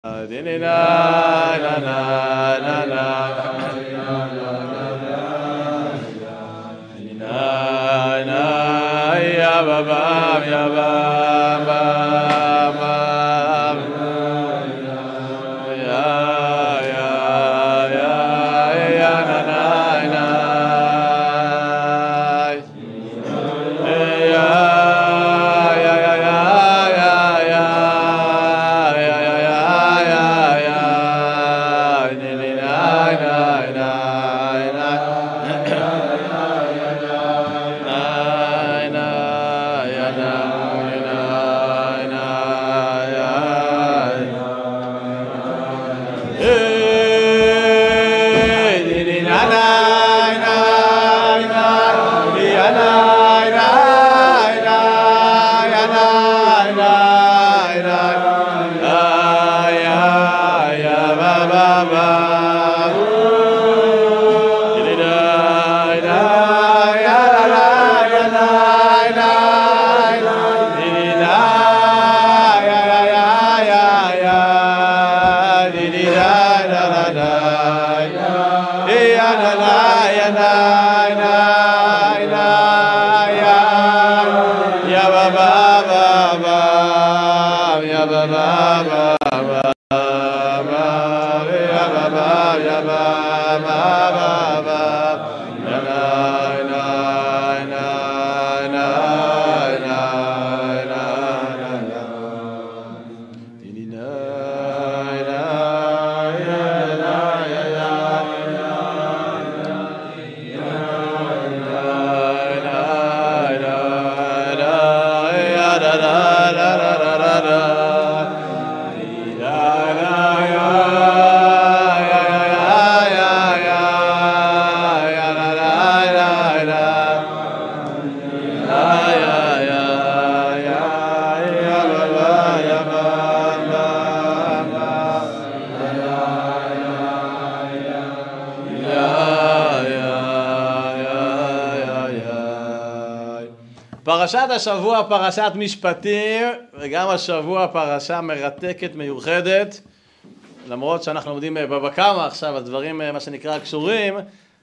פרשת השבוע, פרשת משפטים, וגם השבוע פרשה מרתקת, מיוחדת, למרות שאנחנו עומדים בבא קמא עכשיו, הדברים מה שנקרא קשורים,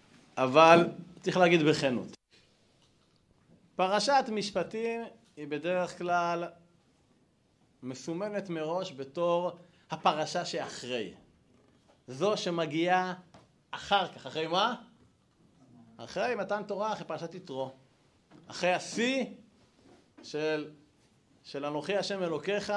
אבל צריך להגיד בכנות. פרשת משפטים היא בדרך כלל מסומנת מראש בתור הפרשה שאחרי. זו שמגיעה אחר כך, אחרי מה? אחרי מתן תורה, אחרי פרשת יתרו. אחרי השיא של אנוכי השם אלוקיך,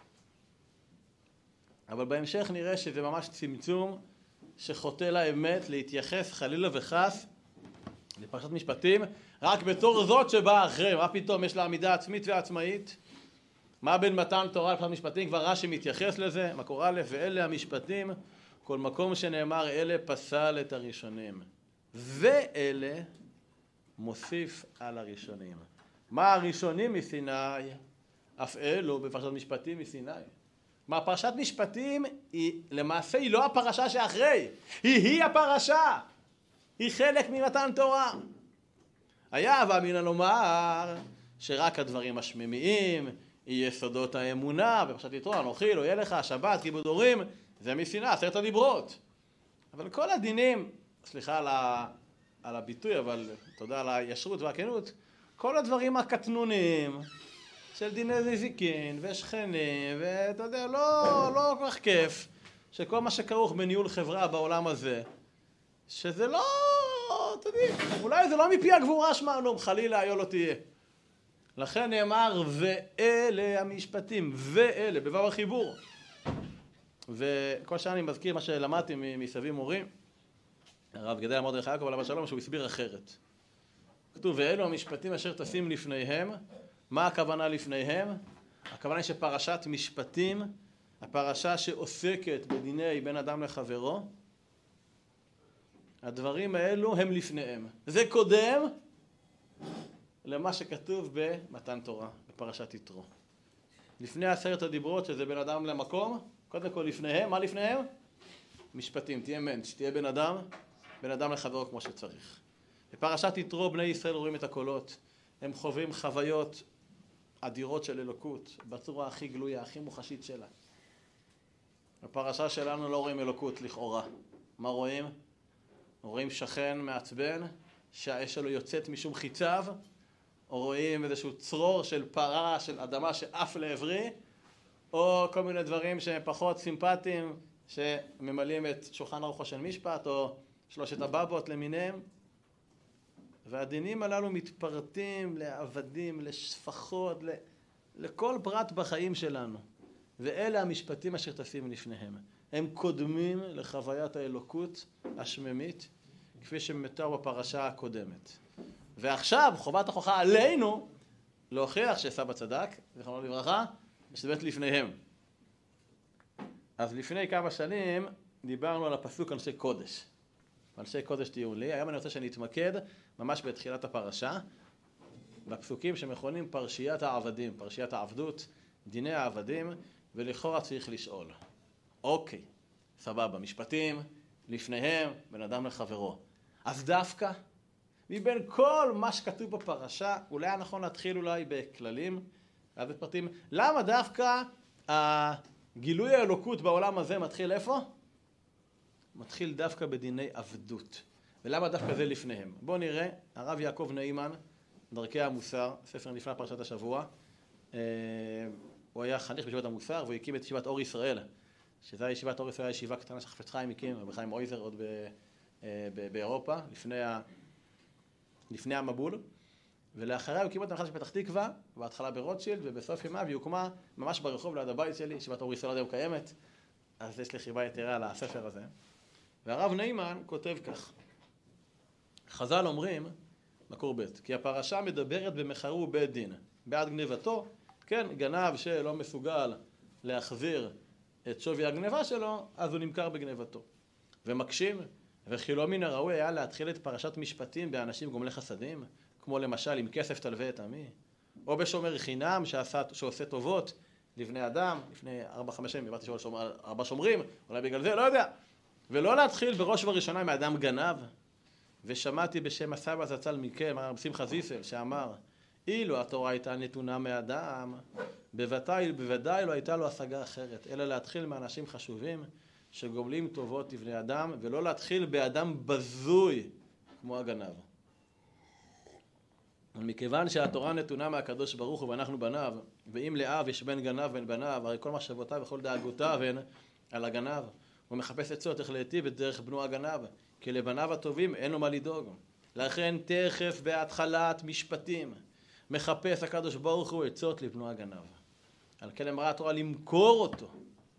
אבל בהמשך נראה שזה ממש צמצום שחוטא לאמת להתייחס חלילה וחס לפרשת משפטים רק בתור זאת שבאה אחרי. מה פתאום יש לה עמידה עצמית ועצמאית? מה בין מתן תורה לפרשת משפטים? כבר רש"י מתייחס לזה, מקור א', ואלה המשפטים, כל מקום שנאמר אלה פסל את הראשונים, ואלה מוסיף על הראשונים. מה הראשונים מסיני? אף אלו בפרשת משפטים מסיני. מה פרשת משפטים היא למעשה היא לא הפרשה שאחרי, היא הפרשה, היא חלק ממתן תורה. היה ואמינא לומר שרק הדברים השמימיים, יסודות האמונה, בפרשת יתרו, אנוכי לא יהיה לך, שבת, כיבוד הורים, זה מסיני, 10 הדיברות. אבל כל הדינים, סליחה על הביטוי, אבל תודה על הישרות והכנות, כל הדברים הקטנוניים של דיני נזיקין ושכנים, ואתה יודע, לא כל כך כיף, שכל מה שכרוך בניהול חברה בעולם הזה, שזה לא, אתה יודע, אולי זה לא מפי הגבורה שמענו, חלילה היה לא תהיה. לכן נאמר, ואלה המשפטים, ואלה, בבב החיבור. וכל שעה אני מזכיר מה שלמדתי מסבי מורים, הרב גדל מרדכי יעקב עליו השלום, שהוא הסביר אחרת. כתוב, ואלו המשפטים אשר תשים לפניהם. מה הכוונה לפניהם? הכוונה היא שפרשת משפטים, הפרשה שעוסקת בדיני בין אדם לחברו, הדברים האלו הם לפניהם. זה קודם למה שכתוב במתן תורה, בפרשת יתרו. לפני 10 הדיברות, שזה בין אדם למקום, קודם כל לפניהם, מה לפניהם? משפטים, תהיה מנש, תהיה בן אדם לחברו כמו שצריך. בפרשת יתרו בני ישראל רואים את הקולות, הם חווים חוויות אדירות של אלוקות, בצורה הכי גלויה, הכי מוחשית שלה. בפרשה שלנו לא רואים אלוקות לכאורה. מה רואים? רואים שכן מעצבן, שהאש שלו יוצאת משום חיציו, או רואים איזשהו צרור של פרה, של אדמה שעף לעברי, או כל מיני דברים שהם פחות סימפטיים, שממלאים את שולחן ערוכו של משפט, או שלושת הבבות למיניהם. והדינים הללו מתפרטים לעבדים, לשפחות, לכל פרט בחיים שלנו. ואלה המשפטים אשר טסים לפניהם. הם קודמים לחוויית האלוקות השממית, כפי שמתואר בפרשה הקודמת. ועכשיו חובת ההוכחה עלינו להוכיח שסבא צדק, זכרונו לברכה, ושבט לפניהם. אז לפני כמה שנים דיברנו על הפסוק אנשי קודש. אנשי קודש תהיו לי. היום אני רוצה שנתמקד ממש בתחילת הפרשה, בפסוקים שמכונים פרשיית העבדים, פרשיית העבדות, דיני העבדים, ולכאורה צריך לשאול. אוקיי, סבבה, משפטים לפניהם, בן אדם לחברו. אז דווקא, מבין כל מה שכתוב בפרשה, אולי היה נכון להתחיל אולי בכללים, אז בפרטים, למה דווקא הגילוי האלוקות בעולם הזה מתחיל איפה? מתחיל דווקא בדיני עבדות. ולמה דווקא זה לפניהם? בואו נראה, הרב יעקב נאימן, דרכי המוסר, ספר נפלא פרשת השבוע, הוא היה חניך בישיבת המוסר, והוא הקים את ישיבת אור ישראל, שזו ישיבת אור ישראל, ישיבה קטנה שחפץ חיים הקים, רבי חיים אויזר עוד באירופה, לפני המבול, ולאחריה הוא הקים אותה מחדש בפתח תקווה, בהתחלה ברוטשילד, ובסוף ימיו היא הוקמה ממש ברחוב ליד הבית שלי, ישיבת אור ישראל עד היום קיימת, אז יש לי חיבה יתרה על הספר הזה. והרב נאימן כותב כך, חז"ל אומרים, מקור ב', כי הפרשה מדברת במחרו בית דין, בעד גנבתו, כן, גנב שלא מסוגל להחזיר את שווי הגנבה שלו, אז הוא נמכר בגנבתו. ומקשים, וכי לא מן הראוי היה להתחיל את פרשת משפטים באנשים גומלי חסדים, כמו למשל עם כסף תלווה את עמי, או בשומר חינם שעושה טובות לבני אדם, לפני 4-5 שנים, הבאתי 4 שומרים, אולי בגלל זה, לא יודע. ולא להתחיל בראש ובראשונה מאדם גנב. ושמעתי בשם הסבא זצ"ל מכם, הרב שמחה זיסל, שאמר, אילו התורה הייתה נתונה מאדם, בוודאי לא הייתה לו השגה אחרת, אלא להתחיל מאנשים חשובים שגומלים טובות לבני אדם, ולא להתחיל באדם בזוי כמו הגנב. מכיוון שהתורה נתונה מהקדוש ברוך הוא ואנחנו בניו, ואם לאב יש בן גנב בן בניו, הרי כל מחשבותיו וכל דאגותיו הן על הגנב. הוא מחפש עצות איך להיטיב את דרך בנו הגנב, כי לבניו הטובים אין לו מה לדאוג. לכן תכף בהתחלת משפטים מחפש הקדוש ברוך הוא עצות לבנו הגנב. על כן אמרה התורה למכור אותו.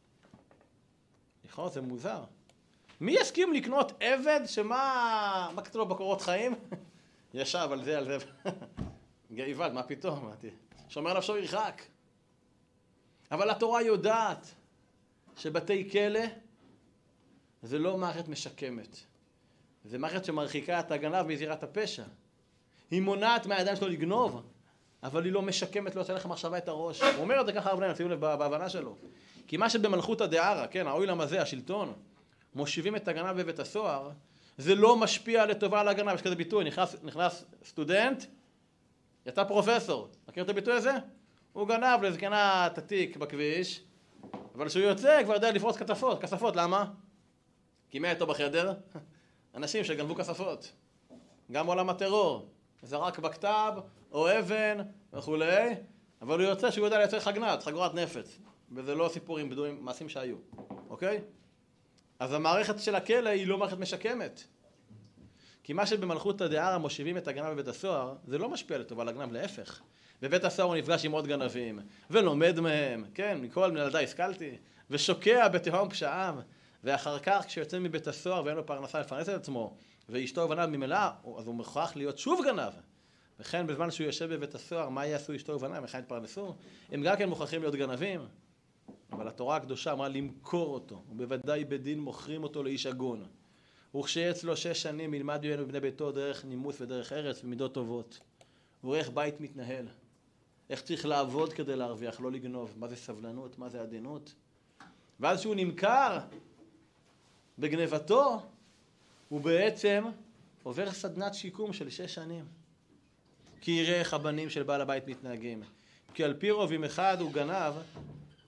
נכון, זה מוזר. מי יסכים לקנות עבד שמה כתוב לו בקורות חיים? ישב על זה. גאיבד, מה פתאום? שומר נפשו ירחק. אבל התורה יודעת שבתי כלא זה לא מערכת משקמת. זה מערכת שמרחיקה את הגנב מזירת הפשע. היא מונעת מהידיים שלו לגנוב, אבל היא לא משקמת, לא עושה לך מחשבה את הראש. הוא אומר את זה ככה הרבה, שימו לב בהבנה שלו. כי מה שבמלכות הדערה, כן, האוילם הזה, השלטון, מושיבים את הגנב בבית הסוהר, זה לא משפיע לטובה על הגנב. יש כזה ביטוי, נכנס סטודנט, יצא פרופסור. מכיר את הביטוי הזה? הוא גנב לזקנה את התיק בכביש, אבל כשהוא יוצא כבר יודע לפרוץ כספות. למה? כי מי איתו בחדר? אנשים שגנבו כספות. גם עולם הטרור. זרק בכתב, או אבן וכולי, אבל הוא יוצא שהוא יודע לייצר חגנת, חגורת נפץ. וזה לא סיפורים בדויים, מעשים שהיו. אוקיי? אז המערכת של הכלא היא לא מערכת משקמת. כי מה שבמלכות הדערה מושיבים את הגנב בבית הסוהר, זה לא משפיע לטובה לגנב, להפך. בבית הסוהר הוא נפגש עם עוד גנבים, ולומד מהם, כן, מכל מנהלדה השכלתי, ושוקע בתהום פשעיו, ואחר כך כשיוצא מבית הסוהר ואין לו פרנסה לפרנס את עצמו, ואשתו ובניו ממילא, אז הוא מוכרח להיות שוב גנב. וכן בזמן שהוא יושב בבית הסוהר, מה יעשו אשתו ובניו? איך יתפרנסו? הם גם כן מוכרחים להיות גנבים. אבל התורה הקדושה אמרה למכור אותו, ובוודאי בדין מוכרים אותו לאיש הגון. וכשיצלו 6 שנים ילמד ממנו בני ביתו דרך נימוס ודרך ארץ ומידות טובות. וראה איך בית מתנהל. איך צריך לעבוד כדי להרוויח, לא לגנוב. מה זה סבלנות, מה זה עדינות. ואז שהוא נמכר בגנבתו, הוא בעצם עובר סדנת שיקום של 6 שנים. כי יראה איך הבנים של בעל הבית מתנהגים. כי על פי רוב אם אחד הוא גנב,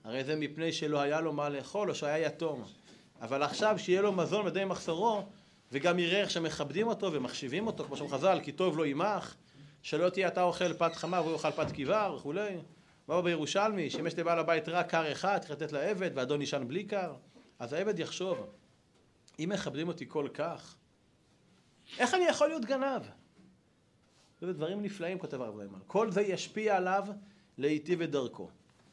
הרי זה מפני שלא היה לו מה לאכול או שהיה יתום. אבל עכשיו שיהיה לו מזון מדי מחסורו, וגם יראה איך שמכבדים אותו ומחשיבים אותו, כמו שחז"ל, כי טוב לו עמך, שלא תהיה אתה אוכל פת חמה והוא אוכל פת קיבר וכולי. באו בירושלמי, שימש לבעל הבית רק קר אחד, צריך לתת לעבד, ואדון ישן בלי קר. אז העבד יחשוב, אם מכבדים אותי כל כך, איך אני יכול להיות גנב? זה דברים נפלאים, כותב הרב ריימן. כל זה ישפיע עליו להיטיב את דרכו.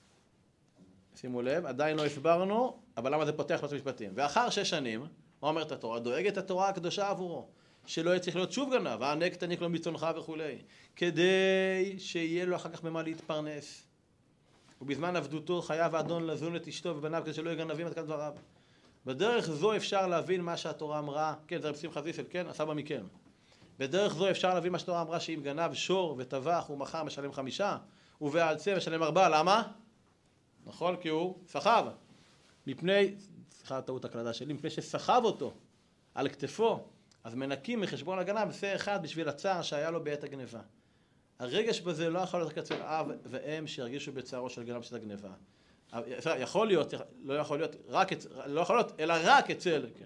שימו לב, עדיין לא הסברנו, אבל למה זה פותח פרשת משפטים? ואחר 6 שנים, מה אומרת התורה? דואגת התורה הקדושה עבורו, שלא יצטרך להיות שוב גנב, הענק תניק לו מצונך וכולי, כדי שיהיה לו אחר כך במה להתפרנס. ובזמן עבדותו חייב האדון לזון את אשתו ובניו כדי שלא יהיו גנבים עד כאן דבריו. בדרך זו אפשר להבין מה שהתורה אמרה, כן, זה רב שמחה זיסל, כן, הסבא מכם. בדרך זו אפשר להבין מה שהתורה אמרה, שאם גנב שור וטבח ומכר משלם 5, ובעלצה משלם 4, למה? נכון, כי הוא סחב. מפני, סליחה, טעות הקלדה שלי, מפני שסחב אותו על כתפו, אז מנקים מחשבון הגנב שא אחד בשביל הצער שהיה לו בעת הגניבה. הרגש בזה לא יכול להיות רק אצל אב ואם שירגישו בצערו של גנב של הגניבה. יכול להיות, לא יכול להיות, אלא רק אצל, כן.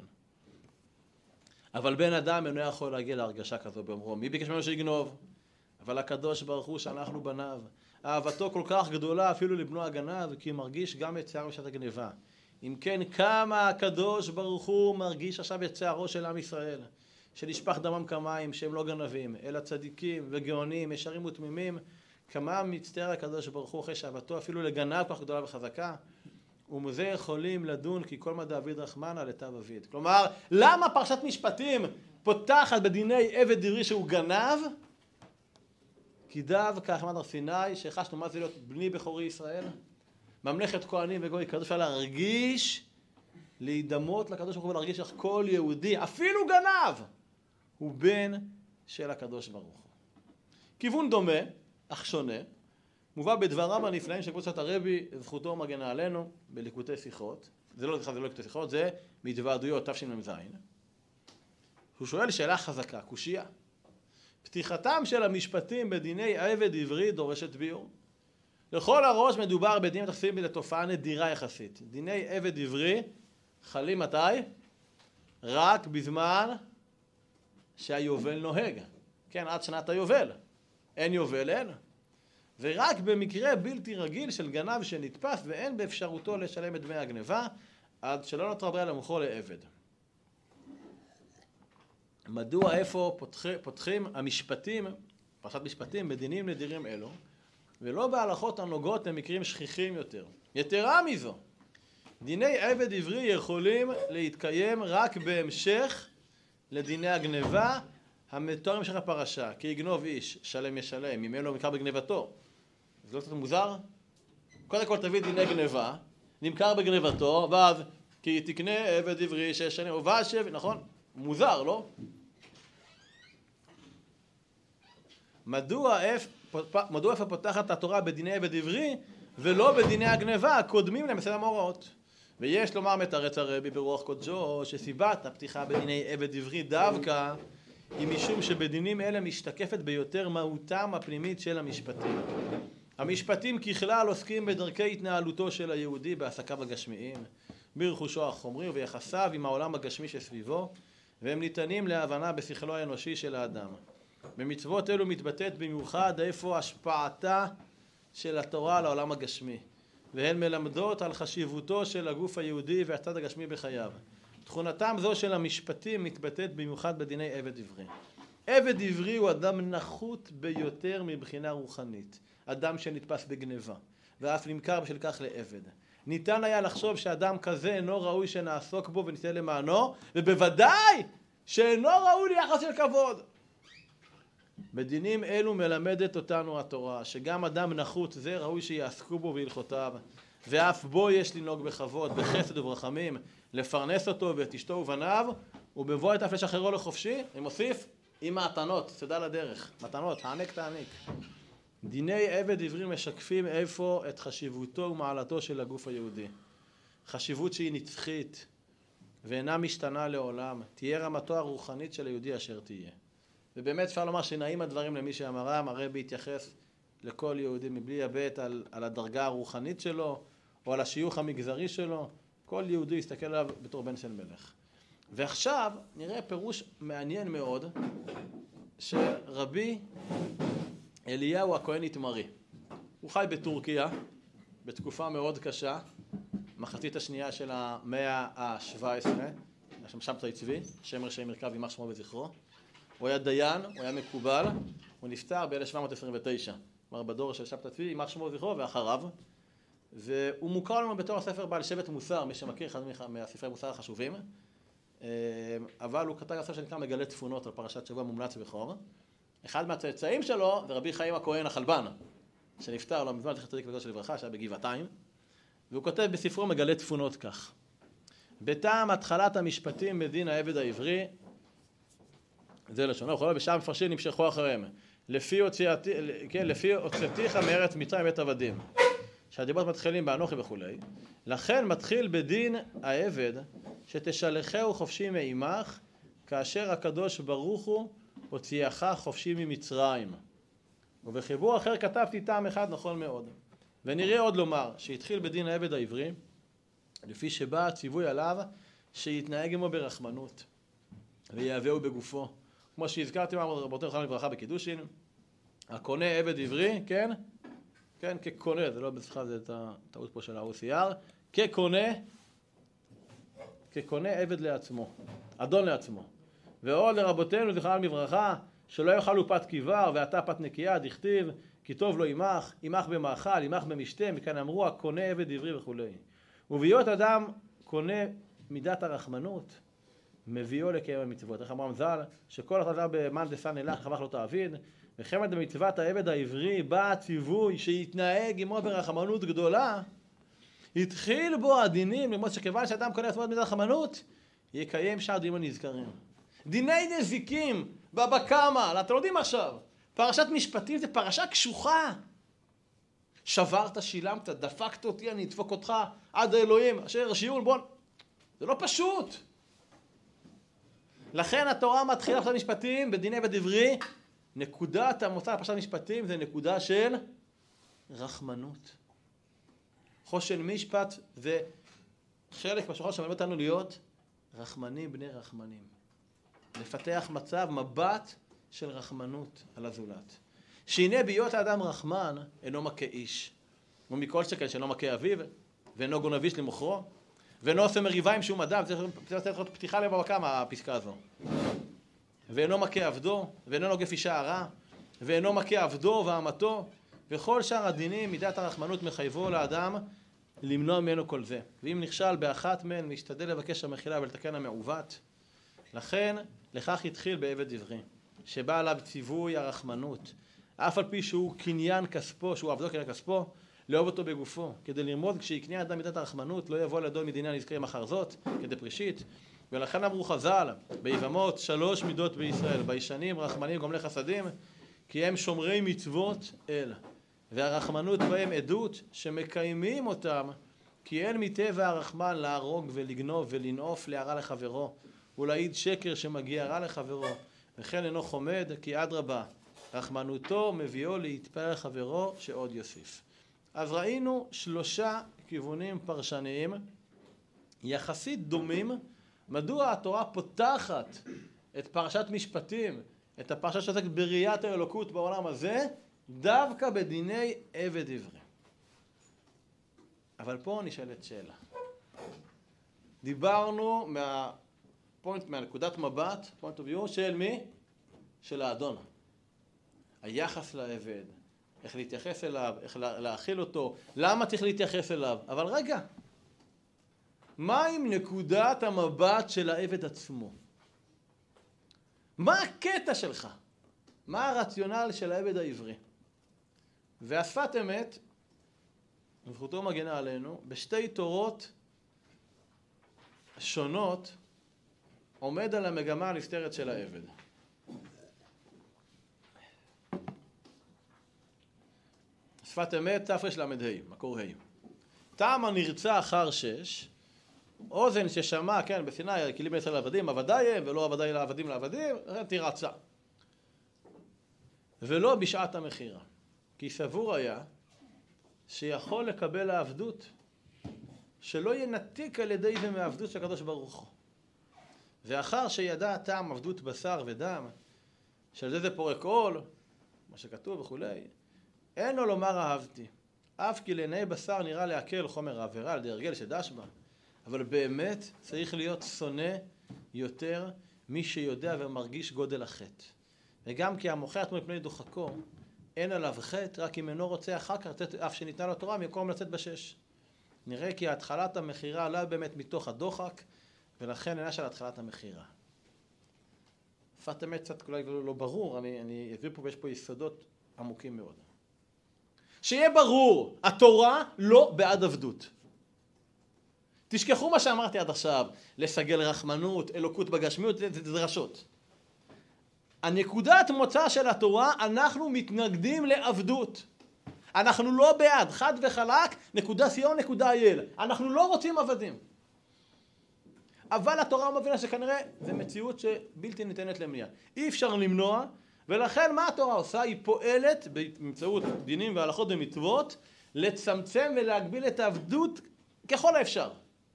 אבל בן אדם אינו יכול להגיע להרגשה כזו באומרו, מי ביקש ממנו שיגנוב? אבל הקדוש ברוך הוא שאנחנו בניו, אהבתו כל כך גדולה אפילו לבנו הגנב, כי הוא מרגיש גם את צערו בשעת הגניבה. אם כן, כמה הקדוש ברוך הוא מרגיש עכשיו את צערו של עם ישראל, שנשפך דמם כמים, שהם לא גנבים, אלא צדיקים וגאונים, ישרים ותמימים, כמה מצטער הקדוש ברוך הוא אחרי שאהבתו אפילו לגנב כל כך גדולה וחזקה, ומזה יכולים לדון כי כל מה דוד רחמנא לטב אביד. כלומר, למה פרשת משפטים פותחת בדיני עבד עברי שהוא גנב? כי דווקא חמד הר סיני, שחשנו מה זה להיות בני בכורי ישראל, ממלכת כהנים וגוי קדוש, אפשר להרגיש, להידמות לקדוש ברוך הוא ולהרגיש איך כל יהודי, אפילו גנב, הוא בן של הקדוש ברוך הוא. כיוון דומה, אך שונה, מובא בדבריו הנפלאים של קבוצת הרבי, זכותו מגנה עלינו, בליקוטי שיחות. זה לא ליקוטי שיחות, זה מהתוועדויות תשמ"ז. הוא שואל שאלה חזקה, קושיה. פתיחתם של המשפטים בדיני עבד עברי דורשת ביור. לכל הראש מדובר בדינים תחסים לתופעה נדירה יחסית. דיני עבד עברי חלים מתי? רק בזמן שהיובל נוהג. כן, עד שנת היובל. אין יובל, אין. ורק במקרה בלתי רגיל של גנב שנתפס ואין באפשרותו לשלם את דמי הגניבה, עד שלא נותרה ברירה למכור לעבד. מדוע איפה פותחים המשפטים, פרשת משפטים, בדינים נדירים אלו, ולא בהלכות הנוגעות למקרים שכיחים יותר? יתרה מזו, דיני עבד עברי יכולים להתקיים רק בהמשך לדיני הגניבה המתוארים במשך הפרשה, כי יגנוב איש, שלם ישלם, ממנו נמכר בגניבתו. זה לא קצת מוזר? קודם כל תביא דיני גניבה, נמכר בגניבתו, ואז כי תקנה עבד עברי 6 שנים, ובשב, נכון? מוזר, לא? מדוע איפה פותחת התורה בדיני עבד עברי ולא בדיני הגניבה הקודמים להם בסדר המאורעות? ויש לומר מתרץ הרבי ברוח קודשו שסיבת הפתיחה בדיני עבד עברי דווקא היא משום שבדינים אלה משתקפת ביותר מהותם הפנימית של המשפטים. המשפטים ככלל עוסקים בדרכי התנהלותו של היהודי בעסקיו הגשמיים, ברכושו החומרי וביחסיו עם העולם הגשמי שסביבו, והם ניתנים להבנה בשכלו האנושי של האדם. במצוות אלו מתבטאת במיוחד איפה השפעתה של התורה על העולם הגשמי, והן מלמדות על חשיבותו של הגוף היהודי והצד הגשמי בחייו. תכונתם זו של המשפטים מתבטאת במיוחד בדיני עבד עברי. עבד עברי הוא אדם נחות ביותר מבחינה רוחנית, אדם שנתפס בגניבה, ואף נמכר בשל כך לעבד. ניתן היה לחשוב שאדם כזה אינו ראוי שנעסוק בו וניתן למענו, ובוודאי שאינו ראוי ליחס של כבוד. בדינים אלו מלמדת אותנו התורה, שגם אדם נחות זה ראוי שיעסקו בו בהלכותיו, ואף בו יש לנהוג בכבוד, בחסד וברחמים, לפרנס אותו ואת אשתו ובניו, ובבוא את אף לשחררו לחופשי, אני מוסיף, עם מתנות, צדה לדרך, מתנות, הענק תעניק. דיני עבד עברי משקפים איפה את חשיבותו ומעלתו של הגוף היהודי. חשיבות שהיא נצחית ואינה משתנה לעולם, תהיה רמתו הרוחנית של היהודי אשר תהיה. ובאמת אפשר לומר שנעים הדברים למי שאמרם, הרבי התייחס לכל יהודי מבלי הבט על הדרגה הרוחנית שלו, או על השיוך המגזרי שלו. כל יהודי יסתכל עליו בתור בן של מלך. ועכשיו נראה פירוש מעניין מאוד שרבי אליהו הכהן איתמרי. הוא חי בטורקיה בתקופה מאוד קשה, מחצית השנייה של המאה ה-17, שם שבתאי צבי, שם ראשי מרכב יימח שמו וזכרו. הוא היה דיין, הוא היה מקובל, הוא נפטר ב-1729, כלומר בדור של שבתאי צבי, יימח שמו וזכרו ואחריו. והוא מוכר לנו בתור הספר בעל שבט מוסר, מי שמכיר אחד מהספרי מוסר החשובים. אבל הוא כתב ספר שנקרא מגלה תפונות על פרשת שבוע מומלץ בכור. אחד מהצאצאים שלו זה רבי חיים הכהן החלבן, שנפטר לא מזמן, זכר צדיק וקדוש לברכה, שהיה בגבעתיים. והוא כותב בספרו מגלה תפונות כך: בטעם התחלת המשפטים בדין העבד העברי, זה לשונו, וכל בשעה מפרשים נמשכו אחריהם, לפי הוצאתיך מארץ מצרים בית עבדים, שהדיבות מתחילים באנוכי וכולי. לכן מתחיל בדין העבד שתשלחהו חופשי מעמך, כאשר הקדוש ברוך הוא הוציאך חופשי ממצרים. ובחיבור אחר כתבתי טעם אחד נכון מאוד. ונראה עוד לומר שהתחיל בדין העבד העברי, לפי שבא הציווי עליו שיתנהג עמו ברחמנות ויהווהו בגופו. כמו שהזכרתי רבותינו זכרם לברכה בקידושין, הקונה עבד עברי, כן? כן, כקונה, זה לא בסליחה, זה טעות פה של ה-OCR, כקונה עבד לעצמו, אדון לעצמו. ועוד לרבותינו זכרם לברכה, שלא יאכלו פת קיבר ואתה פת נקייה, דכתיב כי טוב לו עמך, עמך במאכל, עמך במשתה, מכאן אמרו הקונה עבד עברי וכו'. ובהיות אדם קונה מידת הרחמנות, מביאו לקיים המצוות. איך אמרם ז"ל, שכל החז"ל במאן דסן אלך חמך לא תעביד, וכן במצוות העבד העברי בא הציווי שיתנהג עמו ברחמנות גדולה, התחיל בו הדינים, למרות שכיוון שאדם קונה עצמו מידת רחמנות, יקיים שאר דינים הנזכרים. דיני נזיקים, בבא קמא, אתם יודעים עכשיו, פרשת משפטים זה פרשה קשוחה. שברת, שילמת, דפקת אותי, אני אדפוק אותך עד האלוהים, אשר שיעון, בוא. זה לא פשוט. לכן התורה מתחילה פרשת משפטים בדיני עבד עברי, נקודת המוצא לפרשת משפטים זה נקודה של רחמנות. חושן משפט זה חלק מהשולחן שמלמד אותנו להיות רחמנים בני רחמנים. לפתח מצב, מבט של רחמנות על הזולת. שהנה בהיות האדם רחמן אינו מכה איש. ומכל שכן שאינו מכה אביו, ואינו גונב איש למוכרו, ואינו עושה מריבה עם שום אדם. זה צריך להיות פתיחה לבבא קמא הפסקה הזו. ואינו מכה עבדו, ואינו נוגף אישה הרע, ואינו מכה עבדו ואמתו, וכל שאר הדינים מידת הרחמנות מחייבו לאדם למנוע ממנו כל זה. ואם נכשל באחת מהן, להשתדל לבקש המחילה ולתקן המעוות. לכן, לכך התחיל בעבד עברי, שבא עליו ציווי הרחמנות, אף על פי שהוא קניין כספו, שהוא עבדו קניין כספו, לאהוב אותו בגופו, כדי ללמוד כשיקנה אדם מידת הרחמנות, לא יבוא לידו מדיני הנזכרים אחר זאת, כדי פרישית. ולכן אמרו חז"ל, ביבמות 3 מידות בישראל, ביישנים, רחמנים, גומלי חסדים, כי הם שומרי מצוות אל. והרחמנות בהם עדות שמקיימים אותם, כי אין מטבע הרחמן להרוג ולגנוב ולנעוף להרע לחברו, ולהעיד שקר שמגיע רע לחברו, וכן אינו חומד, כי אדרבה, רחמנותו מביאו להתפאר חברו שעוד יוסיף. אז ראינו 3 כיוונים פרשניים יחסית דומים, מדוע התורה פותחת את פרשת משפטים, את הפרשה שעוסקת בראיית האלוקות בעולם הזה, דווקא בדיני עבד עברי. אבל פה נשאלת שאלה. דיברנו מהנקודת מבט, point of view, של מי? של האדון. היחס לעבד, איך להתייחס אליו, איך להאכיל אותו, למה צריך להתייחס אליו. אבל רגע, מה עם נקודת המבט של העבד עצמו? מה הקטע שלך? מה הרציונל של העבד העברי? והשפת אמת, זכותו מגנה עלינו, בשתי תורות שונות עומד על המגמה הנסתרת של העבד. שפת אמת, תרל"ה, מקור ה'. טעם הנרצה אחר 6, אוזן ששמע, כן, בסיני, כלים יצא לעבדים, עבדיים, ולא עבדי לעבדים לעבדים, תירצה. ולא בשעת המחירה. כי סבור היה שיכול לקבל העבדות שלא ינתק על ידי זה מעבדות של הקדוש ברוך הוא. ואחר שידע טעם עבדות בשר ודם, של זה פורק עול, מה שכתוב וכולי, אין לו לומר אהבתי. אף כי לעיני בשר נראה להקל חומר העבירה על ידי הרגל שדש בה. אבל באמת צריך להיות שונא יותר מי שיודע ומרגיש גודל החטא. וגם כי המוכר עצמו מפני דוחקו, אין עליו חטא, רק אם אינו רוצה אחר כך לתת אף שניתנה לו תורה במקום לצאת בשש. נראה כי התחלת המכירה לא באמת מתוך הדוחק, ולכן אינה של התחלת המכירה. שפת אמת קצת אולי לא ברור, אני אסביר פה ויש פה יסודות עמוקים מאוד. שיהיה ברור, התורה לא בעד עבדות. תשכחו מה שאמרתי עד עכשיו, לסגל רחמנות, אלוקות בגשמיות, זה דרשות. הנקודת מוצא של התורה, אנחנו מתנגדים לעבדות. אנחנו לא בעד, חד וחלק, נקודה סיון, נקודה אייל. אנחנו לא רוצים עבדים. אבל התורה מבינה שכנראה זה מציאות שבלתי ניתנת למניעה. אי אפשר למנוע, ולכן מה התורה עושה? היא פועלת באמצעות דינים והלכות ומצוות, לצמצם ולהגביל את העבדות ככל האפשר.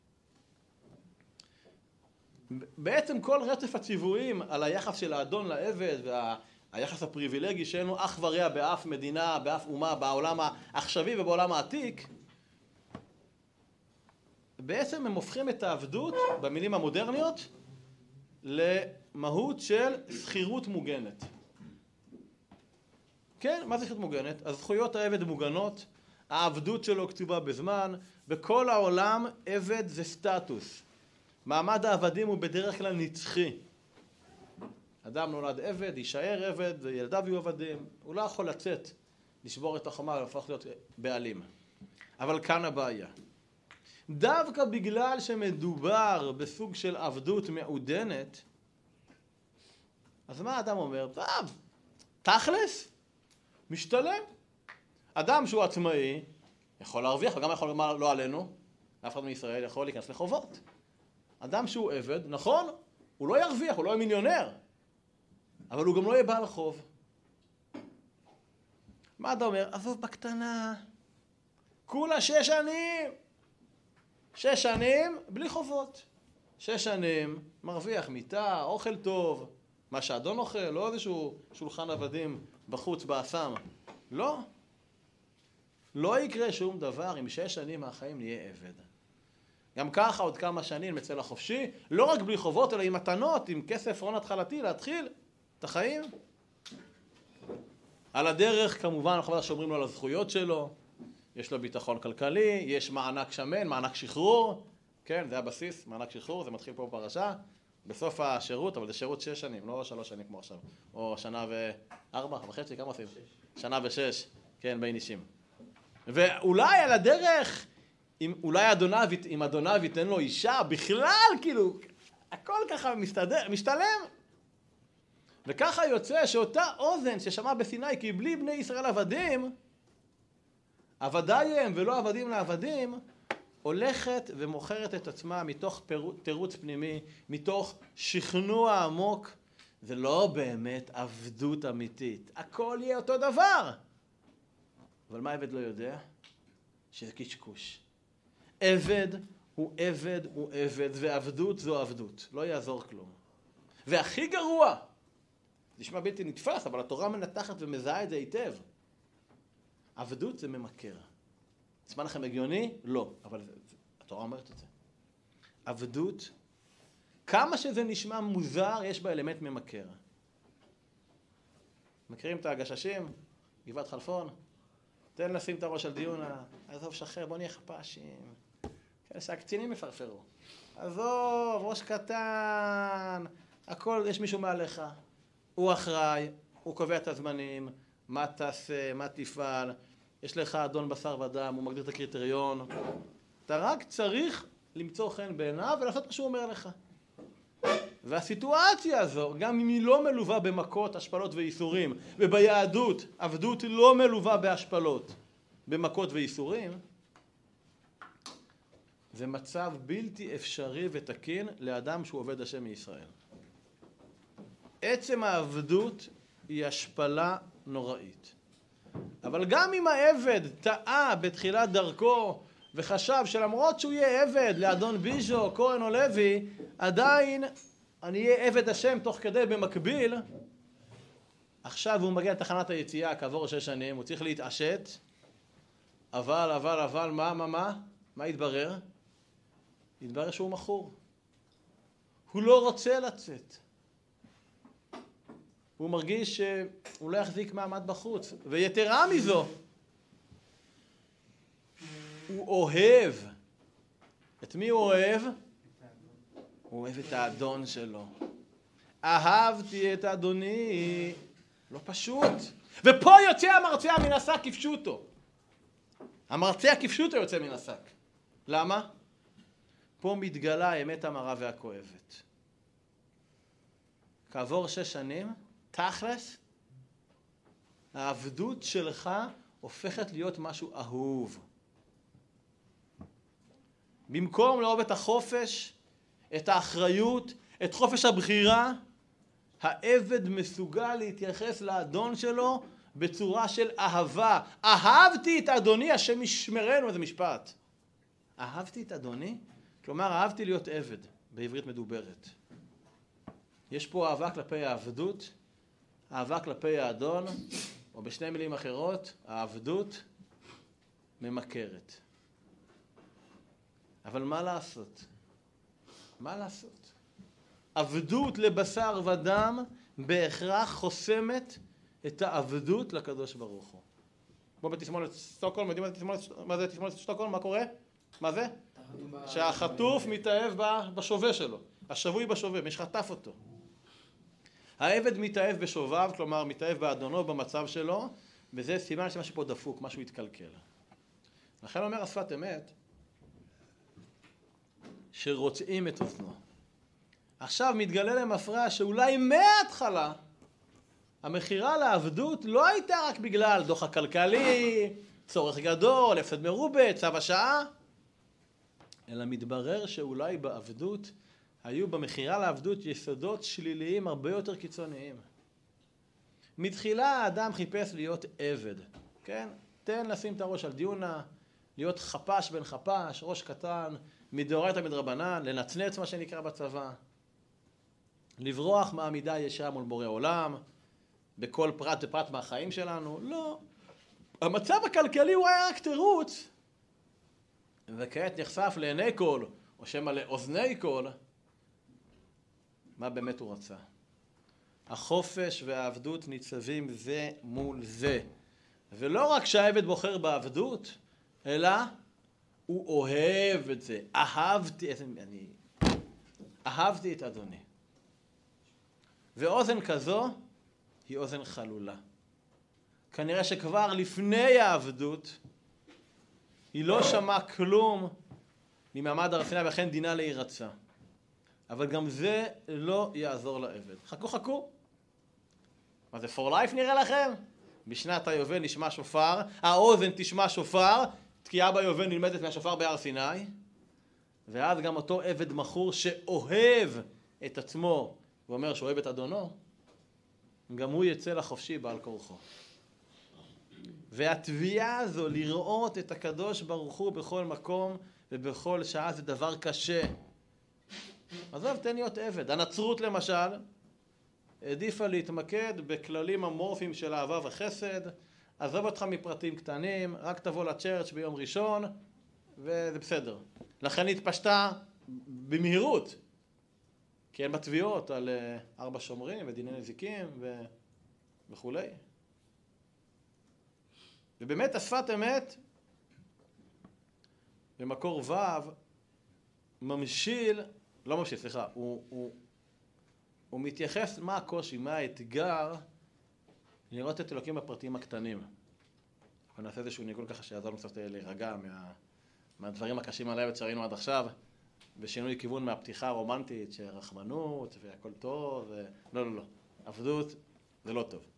בעצם כל רצף הציוויים על היחס של האדון לעבד והיחס הפריבילגי שאינו אח ורע באף מדינה, באף אומה, בעולם העכשווי ובעולם העתיק, בעצם הם הופכים את העבדות במילים המודרניות למהות של שכירות מוגנת. כן, מה זה שכירות מוגנת? הזכויות העבד מוגנות, העבדות שלו כתובה בזמן, בכל העולם עבד זה סטטוס. מעמד העבדים הוא בדרך כלל נצחי. אדם נולד עבד, יישאר עבד, וילדיו יהיו עבדים. הוא לא יכול לצאת, לשבור את החומה ולהפוך להיות בעלים. אבל כאן הבעיה. דווקא בגלל שמדובר בסוג של עבדות מעודנת, אז מה האדם אומר? טוב, תכלס, משתלם. אדם שהוא עצמאי יכול להרוויח, וגם יכול לומר לא עלינו, אף אחד מישראל יכול להיכנס לחובות. אדם שהוא עבד, נכון, הוא לא ירוויח, הוא לא יהיה מיליונר, אבל הוא גם לא יהיה בעל חוב. מה אתה אומר? עזוב בקטנה, כולה 6 שנים. 6 שנים בלי חובות. 6 שנים מרוויח מיטה, אוכל טוב, מה שאדון אוכל, לא איזשהו שולחן עבדים בחוץ באסם. לא. לא יקרה שום דבר אם 6 שנים מהחיים נהיה עבד. גם ככה עוד כמה שנים נצא לחופשי, לא רק בלי חובות, אלא עם מתנות, עם כסף הון התחלתי, להתחיל את החיים. על הדרך, כמובן, אנחנו שומרים לו על הזכויות שלו, יש לו ביטחון כלכלי, יש מענק שמן, מענק שחרור, כן, זה הבסיס, מענק שחרור, זה מתחיל פה בפרשה, בסוף השירות, אבל זה שירות 6 שנים, לא 3 שנים כמו עכשיו, או 1.4 וחצי, כמה עושים? 1.6 שנה, כן, בין אישים. ואולי על הדרך, אולי אם אדוניו ייתן לו אישה, בכלל, כאילו, הכל ככה משתלם. וככה יוצא שאותה אוזן ששמע בסיני, כי בלי בני ישראל עבדים, עבדי הם ולא עבדים לעבדים, הולכת ומוכרת את עצמה מתוך תירוץ פנימי, מתוך שכנוע עמוק. זה לא באמת עבדות אמיתית. הכל יהיה אותו דבר. אבל מה עבד לא יודע? שזה קשקוש. עבד הוא עבד הוא עבד, ועבדות זו עבדות. לא יעזור כלום. והכי גרוע, זה נשמע בלתי נתפס, אבל התורה מנתחת ומזהה את זה היטב. עבדות זה ממכר. נשמע לכם הגיוני? לא. אבל התורה אומרת את זה. עבדות, כמה שזה נשמע מוזר, יש בה אלמנט ממכר. מכירים את הגששים? גבעת חלפון? תן לשים את הראש על דיון, עזוב שחרר, בוא נהיה חפשים. כאלה שהקצינים יפרפרו. עזוב, ראש קטן, הכל, יש מישהו מעליך. הוא אחראי, הוא קובע את הזמנים, מה תעשה, מה תפעל. יש לך אדון בשר ודם, הוא מגדיר את הקריטריון. אתה רק צריך למצוא חן בעיניו ולעשות מה שהוא אומר לך. והסיטואציה הזו, גם אם היא לא מלווה במכות, השפלות ואיסורים, וביהדות, עבדות לא מלווה בהשפלות, במכות ואיסורים, זה מצב בלתי אפשרי ותקין לאדם שהוא עובד השם מישראל. עצם העבדות היא השפלה נוראית. אבל גם אם העבד טעה בתחילת דרכו וחשב שלמרות שהוא יהיה עבד לאדון ביז'ו, כהן או לוי, עדיין אני אהיה עבד השם תוך כדי במקביל. עכשיו הוא מגיע לתחנת היציאה כעבור 6 שנים, הוא צריך להתעשת, אבל, מה התברר? התברר שהוא מכור. הוא לא רוצה לצאת. הוא מרגיש שהוא לא יחזיק מעמד בחוץ. ויתרה מזו, הוא אוהב. את מי הוא אוהב? הוא אוהב את האדון שלו. אהבתי את אדוני. לא פשוט. ופה יוצא המרצע מן השק כפשוטו. המרצע כפשוטו יוצא מן השק. למה? פה מתגלה האמת המרה והכואבת. כעבור 6 שנים, תכלס, העבדות שלך הופכת להיות משהו אהוב. במקום לאהוב את החופש, את האחריות, את חופש הבחירה, העבד מסוגל להתייחס לאדון שלו בצורה של אהבה. אהבתי את אדוני, השם ישמרנו. איזה משפט. אהבתי את אדוני? כלומר, אהבתי להיות עבד, בעברית מדוברת. יש פה אהבה כלפי העבדות, אהבה כלפי האדון, או בשני מילים אחרות, העבדות ממכרת. אבל מה לעשות? מה לעשות? עבדות לבשר ודם בהכרח חוסמת את העבדות לקדוש ברוך הוא. כמו בתסמונת שטוקהולם, יודעים מה זה תסמונת שטוקהולם? מה קורה? מה זה? שהחטוף מתאהב בשווה שלו. השבוי בשווה, מי שחטף אותו. העבד מתאהב בשובב, כלומר מתאהב באדונו במצב שלו, וזה סימן שמשהו פה דפוק, משהו התקלקל. לכן אומר השפת אמת, שרוצעים את אוזנו. עכשיו מתגלה למפרע שאולי מההתחלה המחירה לעבדות לא הייתה רק בגלל דוחק כלכלי, צורך גדול, הפסד מרובה, צו השעה, אלא מתברר שאולי בעבדות היו במחירה לעבדות יסודות שליליים הרבה יותר קיצוניים. מתחילה האדם חיפש להיות עבד, כן? תן לשים את הראש על דיונה, להיות חפש בן חפש, ראש קטן, מדאורייתא מדרבנן, לנצנץ מה שנקרא בצבא, לברוח מהעמידה הישרה מול בורא עולם, בכל פרט ופרט מהחיים שלנו. לא. המצב הכלכלי הוא היה רק תירוץ, וכעת נחשף לעיני כל, או שמא לאוזני כל, מה באמת הוא רצה. החופש והעבדות ניצבים זה מול זה. ולא רק שהעבד בוחר בעבדות, אלא הוא אוהב את זה. אהבתי את אדוני. ואוזן כזו היא אוזן חלולה. כנראה שכבר לפני העבדות היא לא שמעה כלום ממעמד הר סיני, ולכן דינה להירצה. אבל גם זה לא יעזור לעבד. חכו. מה זה for life נראה לכם? בשנת היובל נשמע שופר, האוזן תשמע שופר, תקיעה ביובל נלמדת מהשופר בהר סיני, ואז גם אותו עבד מכור שאוהב את עצמו, ואומר שאוהב את אדונו, גם הוא יצא לחופשי בעל כורחו. והתביעה הזו לראות את הקדוש ברוך הוא בכל מקום ובכל שעה זה דבר קשה. עזוב, תן להיות עבד. הנצרות למשל העדיפה להתמקד בכללים אמורפיים של אהבה וחסד. עזוב אותך מפרטים קטנים, רק תבוא לצ'רץ' ביום ראשון וזה בסדר. לכן התפשטה במהירות, כי אין בתביעות על 4 שומרים ודיני נזיקים וכו'. ובאמת השפת אמת במקור ו' הוא מתייחס מה הקושי, מה האתגר לראות את אלוקים בפרטים הקטנים. אנחנו נעשה איזשהו ניגון ככה שיעזור לנו קצת להירגע מהדברים הקשים על העבד שראינו עד עכשיו, ושינוי כיוון מהפתיחה הרומנטית שרחמנות והכל טוב, לא. עבדות זה לא טוב.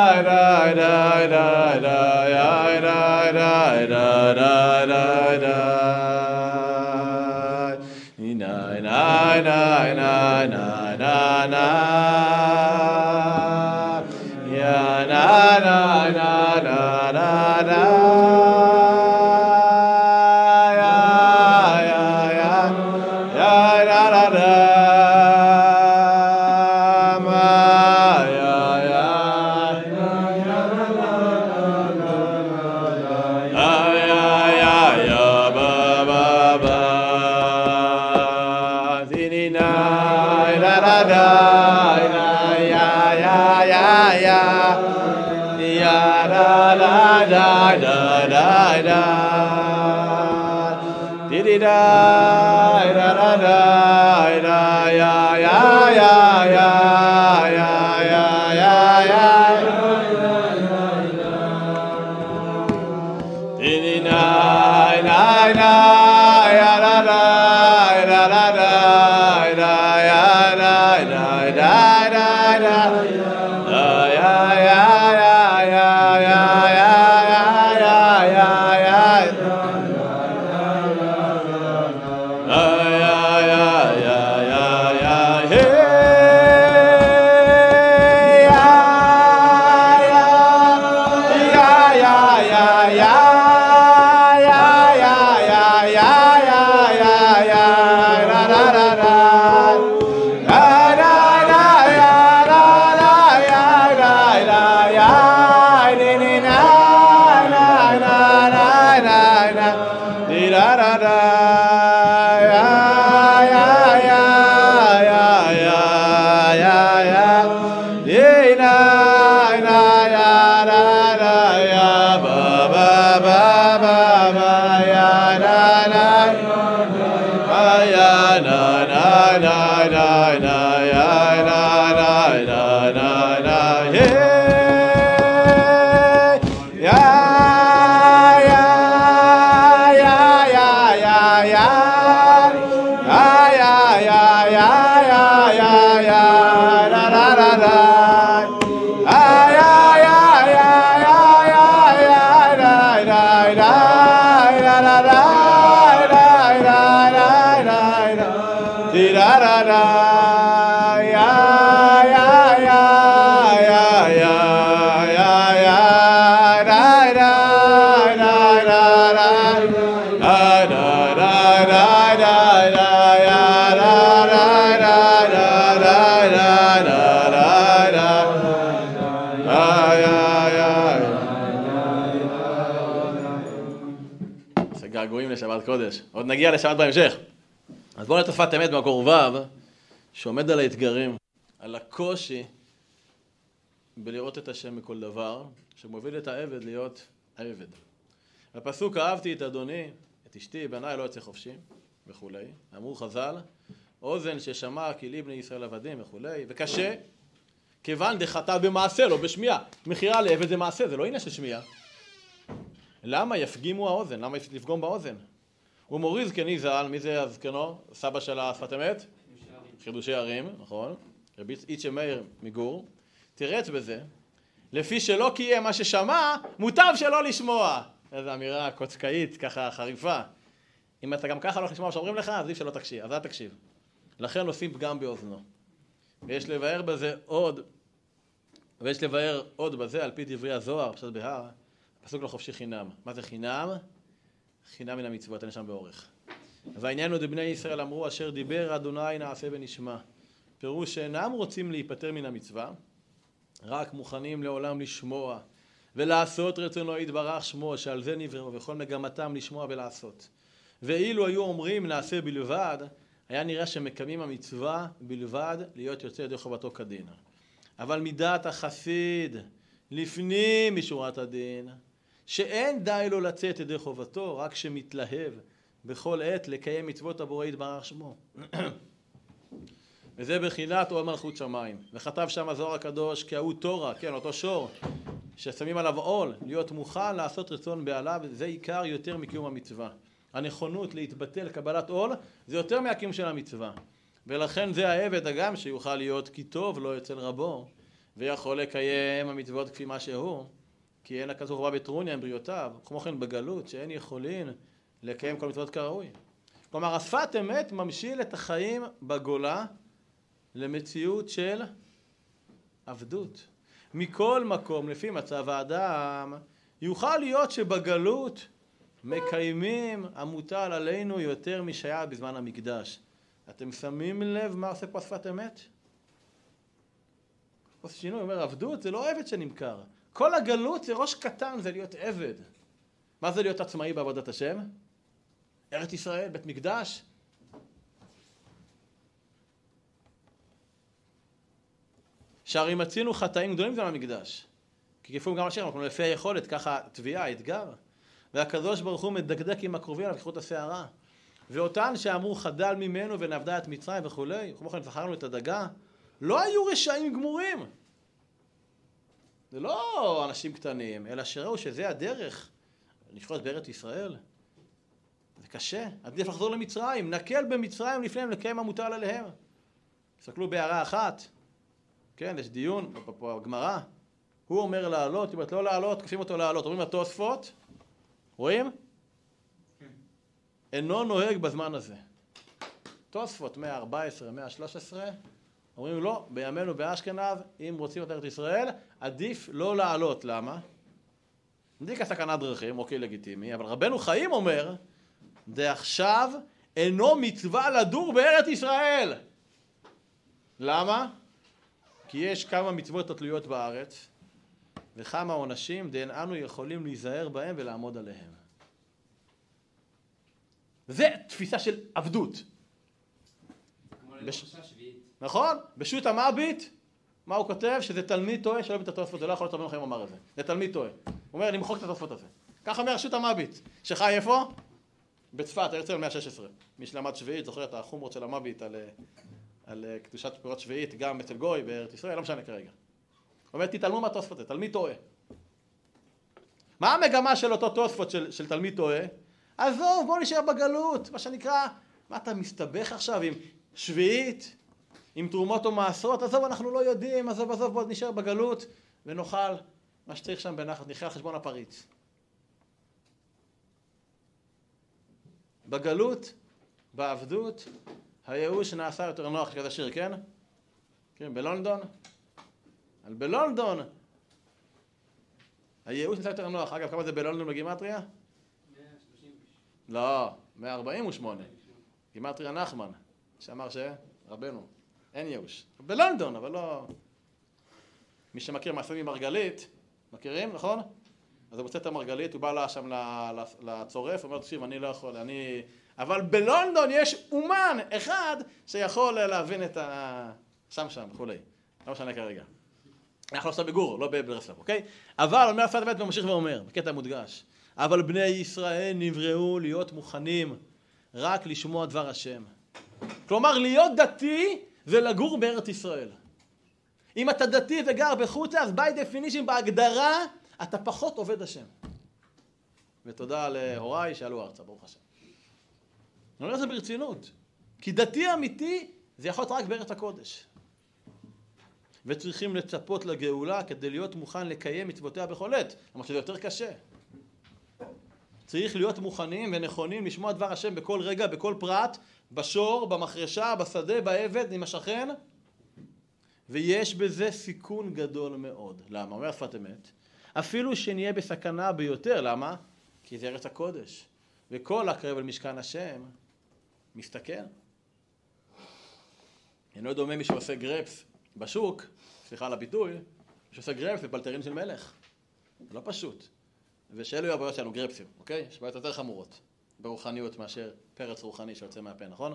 געגועים לשבת קודש. עוד נגיע לשבת בהמשך. אז בואו נתפת אמת במקור ו' שעומד על האתגרים, על הקושי בלראות את השם מכל דבר, שמוביל את העבד להיות העבד. הפסוק אהבתי את אדוני, את אשתי, בניי לא יוצא חופשי וכולי. אמרו חז"ל, אוזן ששמע כי לי בני ישראל עבדים וכולי, וקשה, כיוון דחטא במעשה, לא בשמיעה. מכירה לעבד זה מעשה, זה לא עניין של שמיעה. למה יפגימו האוזן? למה לפגום באוזן? הוא מורי זקני ז"ל, מי זה הזקנו? סבא של השפת אמת? חידושי ערים, נכון. רבי איצ'ה מאיר מגור. תרץ בזה, לפי שלא קיים מה ששמע, מוטב שלא לשמוע. איזו אמירה קוצקאית, ככה חריפה. אם אתה גם ככה לא לשמוע מה שאומרים לך, אז אי שלא תקשיב, אז אל תקשיב. לכן עושים פגם באוזנו. ויש לבאר בזה עוד, בזה, על פי דברי הזוהר, פשוט בהר, פסוק לא חופשי חינם. מה זה חינם? חינם מן המצוות, אין שם באורך. והעניין הוא דבני ישראל אמרו, אשר דיבר אדוני נעשה ונשמע. פירוש שאינם רוצים להיפטר מן המצווה, רק מוכנים לעולם לשמוע, ולעשות רצונו יתברך שמו, שעל זה נבראו, וכל מגמתם לשמוע ולעשות. ואילו היו אומרים נעשה בלבד, היה נראה שמקיימים המצווה בלבד להיות יוצא ידי חובתו כדין. אבל מידת החסיד, לפנים משורת הדין, שאין די לו לצאת ידי חובתו, רק שמתלהב בכל עת לקיים מצוות הבורא יתברך שמו. וזה בחינת עול מלכות שמיים. וכתב שם הזוהר הקדוש, כי ההוא תורה, כן, אותו שור, ששמים עליו עול, להיות מוכן לעשות רצון בעליו, זה עיקר יותר מקיום המצווה. הנכונות להתבטל קבלת עול, זה יותר מהקיום של המצווה. ולכן זה העבד הגם שיוכל להיות כי טוב לא אצל רבו, ויכול לקיים המצוות כפי מה שהוא, כי אין הכזו חובה בטרוניה עם בריאותיו, כמו כן בגלות שאין יכולים לקיים כל מצוות כראוי. כלומר, השפת אמת ממשיל את החיים בגולה למציאות של עבדות. מכל מקום, לפי מצב האדם, יוכל להיות שבגלות מקיימים המוטל עלינו יותר משהיה בזמן המקדש. אתם שמים לב מה עושה פה השפת אמת? עושה שינוי, אומר, עבדות זה לא עבד שנמכר. כל הגלות זה ראש קטן, זה להיות עבד. מה זה להיות עצמאי בעבודת השם? ארץ ישראל, בית מקדש. שהרי מצינו חטאים גדולים גם במקדש. כי כפום גם השם, אנחנו לפי היכולת, ככה תביעה, אתגר. והקדוש ברוך הוא מדקדק עם הקרובים על כיחות השערה. ואותן שאמרו חדל ממנו ונעבדה את מצרים וכולי, כמו כן זכרנו את הדגה, לא היו רשעים גמורים. זה לא אנשים קטנים, אלא שראו שזה הדרך לשחוט בארץ ישראל. זה קשה, עדיף לחזור למצרים, נקל במצרים לפניהם לקיים המוטל עליהם. תסתכלו בהערה אחת, כן, יש דיון, פה הגמרא, הוא אומר לעלות, היא אומרת לא לעלות, כופים אותו לעלות, אומרים לתוספות, רואים? אינו נוהג בזמן הזה. תוספות 114, 113, אומרים לא, בימינו באשכנז, אם רוצים את ארץ ישראל, עדיף לא לעלות. למה? מדליק הסכנת דרכים, אוקיי, לגיטימי, אבל רבנו חיים אומר, דעכשיו אינו מצווה לדור בארץ ישראל. למה? כי יש כמה מצוות התלויות בארץ, וכמה עונשים דהן אנו יכולים להיזהר בהם ולעמוד עליהם. זה תפיסה של עבדות. נכון? בשו"ת המביט, מה הוא כותב? שזה תלמיד טועה שלא את התוספות, זה לא יכול להיות רבנו חיים אמר את זה. זה תלמיד טועה. הוא אומר, למחוק את התוספות הזה. ככה אומר שו"ת המביט, שחי איפה? בצפת, הרצל 116. מי שלמד שביעית, זוכר את החומרות של המביט על קדושת פירות שביעית, גם אצל גוי בארץ ישראל, לא משנה כרגע. הוא אומר, תתעלמו מהתוספות הזה, תלמיד טועה. מה המגמה של אותו תוספות של תלמיד טועה? עזוב, בוא נשאר בגלות, מה שנקרא, מה אתה מסתבך עכשיו עם שביעית, עם תרומות או מעשרות? עזוב, אנחנו לא יודעים, עזוב, בוא נשאר בגלות ונאכל מה שצריך שם בנחת, נחיה על חשבון הפריץ. בגלות, בעבדות, הייאוש נעשה יותר נוח, כזה שיר, כן? כן, בלונדון. על בלונדון. הייאוש נעשה יותר נוח. אגב, כמה זה בלונדון בגימטריה? 130. לא, 148. גימטריה נחמן, שאמר שרבנו, אין ייאוש. בלונדון, אבל לא... מי שמכיר מעשים ממרגלית, מכירים, נכון? אז הוא מוצא את המרגלית, הוא בא לה שם לצורף, הוא אומר, תקשיב, אני לא יכול, אבל בלונדון יש אומן אחד שיכול להבין את שם וכולי. לא משנה כרגע. אנחנו עכשיו בגור, לא בברסלב, אוקיי? אבל אומר השפת אמת ממשיך ואומר, בקטע מודגש, אבל בני ישראל נבראו להיות מוכנים רק לשמוע דבר השם. כלומר, להיות דתי זה לגור בארץ ישראל. אם אתה דתי וגר בחוץ, אז by definition, בהגדרה, אתה פחות עובד השם. ותודה להוריי שעלו ארצה, ברוך השם. אני אומר את זה ברצינות. כי דתי אמיתי זה יכול להיות רק בארץ הקודש. וצריכים לצפות לגאולה כדי להיות מוכן לקיים מצוותיה בכל עת. למרות שזה יותר קשה. צריך להיות מוכנים ונכונים לשמוע דבר השם בכל רגע, בכל פרט, בשור, במחרשה, בשדה, בעבד, עם השכן. ויש בזה סיכון גדול מאוד. למה? אומר שפת אמת. אפילו שנהיה בסכנה ביותר. למה? כי זה ארץ הקודש. וכל הקרב על משכן השם מסתכן. אינו דומה מי שעושה גרפס בשוק, סליחה על הביטוי, מי שעושה גרפס בפלטרין של מלך. זה לא פשוט. ושאלו יהיו הבעיות שלנו גרפסים, אוקיי? יש בעיות יותר חמורות ברוחניות מאשר פרץ רוחני שיוצא מהפה, נכון?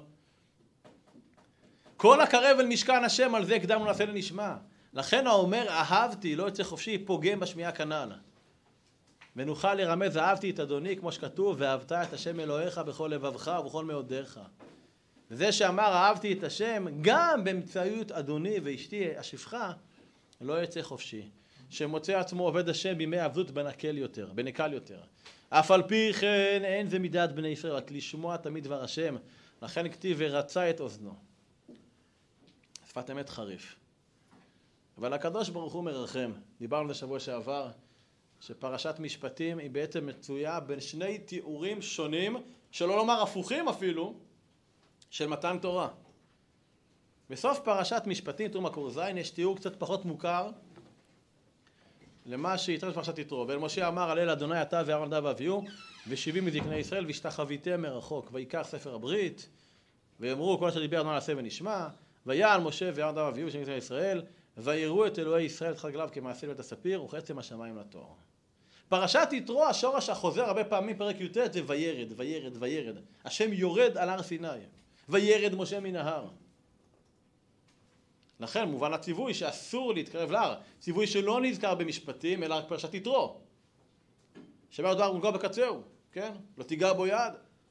כל הקרב אל משכן השם, על זה הקדמנו לעשה לנשמע. לכן האומר אהבתי, לא יצא חופשי, פוגם בשמיעה כנ"ל. ונוכל לרמז אהבתי את אדוני, כמו שכתוב, ואהבת את השם אלוהיך בכל לבבך ובכל מאודיך. וזה שאמר אהבתי את השם, גם באמצעות אדוני ואשתי השפחה, לא יצא חופשי. שמוצא עצמו עובד השם בימי עבדות בנקל יותר. אף על פי כן אין זה מידת בני ישראל, רק לשמוע תמיד דבר השם. לכן כתיב ורצה את אוזנו. שפת אמת חריף. אבל הקדוש ברוך הוא מרחם. דיברנו בשבוע שעבר, שפרשת משפטים היא בעצם מצויה בין שני תיאורים שונים, שלא לומר הפוכים אפילו, של מתן תורה. בסוף פרשת משפטים, תראו מקור זין, יש תיאור קצת פחות מוכר, למה שיתרחש בפרשת יתרו. ואל משה אמר, הלל אדוני אתה ואהרון נדב ואביהו, ו70 מזקני ישראל, והשתחוויתם מרחוק, ויקח ספר הברית, ואמרו כל אשר דיבר אדוני נעשה ונשמע, ויעל משה ואהרון נדב ואביהו של ישראל, ויראו את אלוהי ישראל את רגליו כמעשה בית הספיר, וכעצם השמיים לתואר. פרשת יתרו, השורש החוזר הרבה פעמים פרק י"ט זה וירד, וירד, וירד. השם יורד על הר סיני, וירד משה מן ההר. לכן מובן הציווי שאסור להתקרב להר, ציווי שלא נזכר במשפטים אלא רק פרשת יתרו. שמר דבר ונגוע בקצהו, כן? לא תיגע בו יד.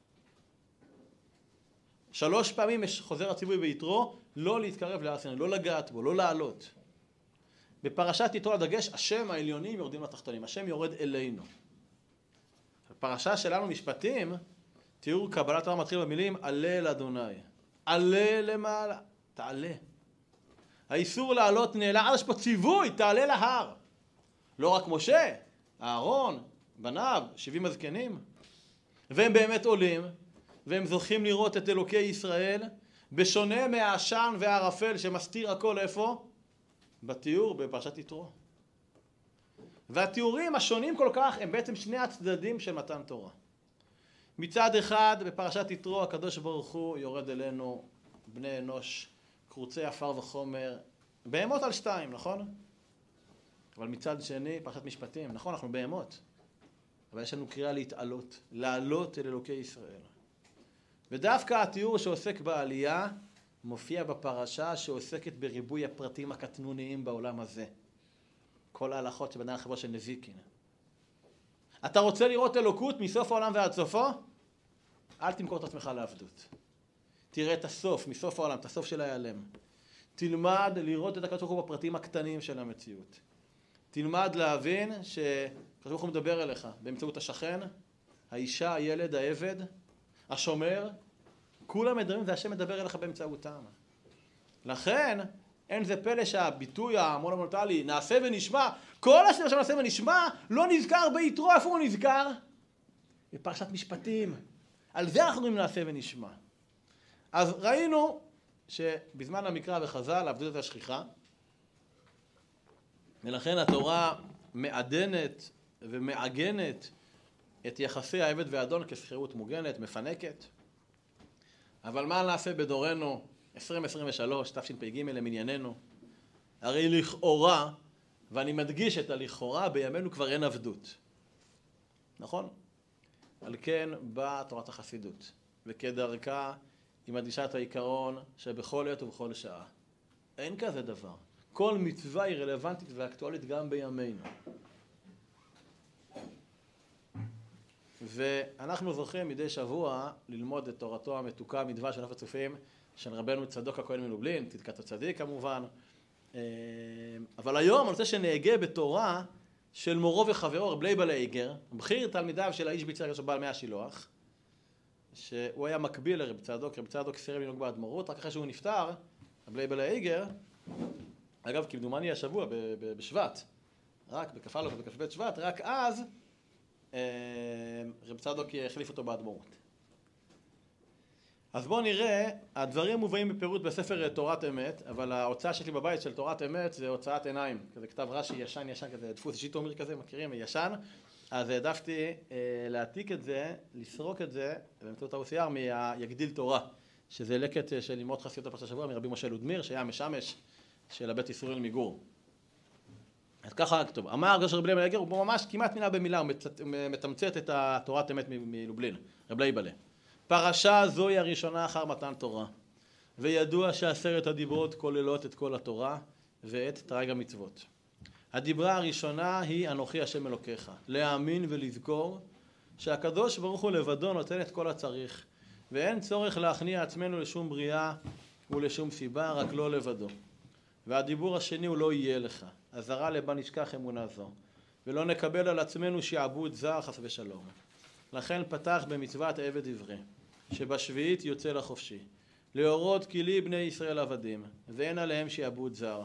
3 פעמים יש חוזר הציווי ביתרו לא להתקרב להר סיני, לא לגעת בו, לא לעלות. בפרשת יתרו הדגש, השם העליונים יורדים לתחתונים, השם יורד אלינו. בפרשה שלנו משפטים, תיאור קבלת תורה מתחיל במילים עלה אל אדוני. עלה למעלה, תעלה. האיסור לעלות נעלה, יש פה ציווי, תעלה להר. לא רק משה, אהרון, בניו, 70 הזקנים. והם באמת עולים, והם זוכים לראות את אלוקי ישראל, בשונה מהעשן והערפל שמסתיר הכל איפה? בתיאור בפרשת יתרו. והתיאורים השונים כל כך הם בעצם שני הצדדים של מתן תורה. מצד אחד בפרשת יתרו הקדוש ברוך הוא יורד אלינו בני אנוש, קרוצי עפר וחומר, בהמות על 2, נכון? אבל מצד שני פרשת משפטים, נכון, אנחנו בהמות, אבל יש לנו קריאה להתעלות, לעלות אל אלוקי ישראל. ודווקא התיאור שעוסק בעלייה מופיע בפרשה שעוסקת בריבוי הפרטים הקטנוניים בעולם הזה. כל ההלכות שבדן החברה של נזיקין. אתה רוצה לראות אלוקות מסוף העולם ועד סופו? אל תמכור את עצמך לעבדות. תראה את הסוף, מסוף העולם, את הסוף של ההיעלם. תלמד לראות את הקדוש ברוך הוא בפרטים הקטנים של המציאות. תלמד להבין שהקדוש ברוך הוא מדבר אליך באמצעות השכן, האישה, הילד, העבד, השומר, כולם מדברים והשם מדבר אליך באמצעותם. לכן אין זה פלא שהביטוי המונומנטלי נעשה ונשמע, כל השם נעשה ונשמע לא נזכר ביתרו. איפה הוא נזכר? בפרשת משפטים. על זה אנחנו אומרים נעשה ונשמע. אז ראינו שבזמן המקרא וחז"ל עבדות את השכיחה, ולכן התורה מעדנת ומעגנת את יחסי העבד והאדון כשכירות מוגנת, מפנקת. אבל מה נעשה בדורנו 2023, תשפ"ג למנייננו? הרי לכאורה, ואני מדגיש את הלכאורה, בימינו כבר אין עבדות. נכון? על כן באה תורת החסידות, וכדרכה היא מדגישה את העיקרון שבכל עת ובכל שעה. אין כזה דבר. כל מצווה היא רלוונטית ואקטואלית גם בימינו. ואנחנו זוכים מדי שבוע ללמוד את תורתו המתוקה מדבש של נוף הצופים של רבנו צדוק הכהן מלובלין, צדקת הצדיק כמובן. אבל היום אני רוצה שנהגה בתורה של מורו וחברו רב לייבל אייגר, בכיר תלמידיו של האיש ביצר של בעל מאה השילוח, שהוא היה מקביל לרב צדוק. רב צדוק סירב לנהוג באדמו"רות, רק אחרי שהוא נפטר, רב לייבל אייגר, אגב כמדומני השבוע בשבט, רק בכ"א ובכ"ב שבט, רק אז רב צדוק החליף אותו באדמו"רות. אז בואו נראה, הדברים מובאים בפירוט בספר תורת אמת, אבל ההוצאה שלי בבית של תורת אמת זה הוצאת עיניים, כזה כתב רש"י ישן, כזה דפוס שיט אומר כזה, מכירים, ישן. אז העדפתי להעתיק את זה, לסרוק את זה, באמצעות האוסייר מיגדיל תורה, שזה לקט של לימוד חסידות הפרשת השבוע מרבי משה לודמיר, שהיה משמש של הבית ישראל מגור. אז ככה כתוב, אמר הקדוש רב לייבל אייגר, הוא ממש כמעט מילה במילה, הוא מתמצת את תורת אמת מלובלין, רב לייבל. פרשה זוהי הראשונה אחר מתן תורה, וידוע ש10 הדיברות כוללות את כל התורה ואת תרי"ג המצוות. הדיברה הראשונה היא אנוכי השם אלוקיך, להאמין ולזכור שהקדוש ברוך הוא לבדו נותן את כל הצריך, ואין צורך להכניע עצמנו לשום בריאה ולשום סיבה, רק לא לבדו. והדיבור השני הוא לא יהיה לך, הזרה לבה נשכח אמונה זו, ולא נקבל על עצמנו שעבוד זר חס ושלום. לכן פתח במצוות עבד עברי, שבשביעית יוצא לחופשי, להורות כי לי בני ישראל עבדים, ואין עליהם שעבוד זר.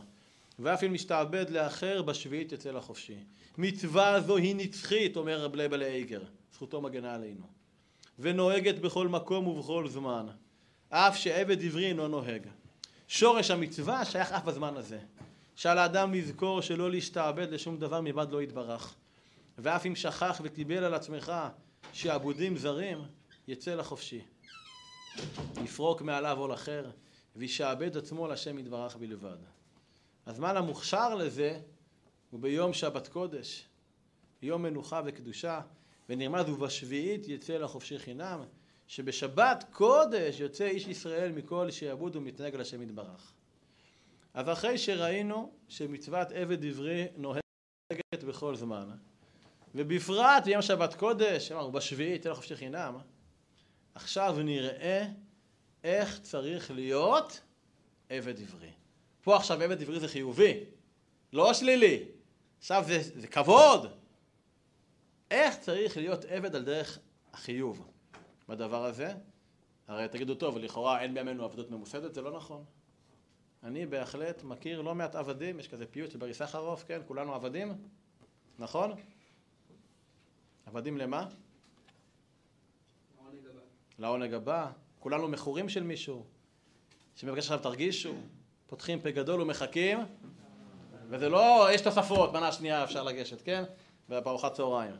ואף אם משתעבד לאחר בשביעית יצא לחופשי. מצווה זו היא נצחית, אומר רב לייב לאיגר, זכותו מגנה עלינו, ונוהגת בכל מקום ובכל זמן, אף שעבד עברי אינו נוהג. שורש המצווה שייך אף בזמן הזה, שעל האדם לזכור שלא להשתעבד לשום דבר מבעד לא יתברך, ואף אם שכח וקיבל על עצמך שעבודים זרים, יצא לחופשי, יפרוק מעליו עול אחר וישעבד עצמו לשם יתברך בלבד. הזמן המוכשר לזה הוא ביום שבת קודש, יום מנוחה וקדושה, ונרמז ובשביעית יצא לחופשי חינם, שבשבת קודש יוצא איש ישראל מכל שיעבוד ומתנהג על השם יתברך. אז אחרי שראינו שמצוות עבד עברי נוהגת בכל זמן, ובפרט ביום שבת קודש, אמרנו בשביעית יצא לחופשי חינם, עכשיו נראה איך צריך להיות עבד עברי. פה עכשיו עבד עברי זה חיובי, לא שלילי. עכשיו זה כבוד. איך צריך להיות עבד על דרך החיוב בדבר הזה? הרי תגידו טוב, לכאורה אין בימינו עבדות ממוסדת, זה לא נכון. אני בהחלט מכיר לא מעט עבדים, יש כזה פיוט שברי סחרוף, כן? כולנו עבדים, נכון? עבדים למה? לעונג הבא. לעונג הבא. כולנו מכורים של מישהו, שמבקש עכשיו תרגישו, פותחים פה גדול ומחכים, וזה לא, יש תוספות, מנה שנייה אפשר לגשת, כן? ובארוחת צהריים.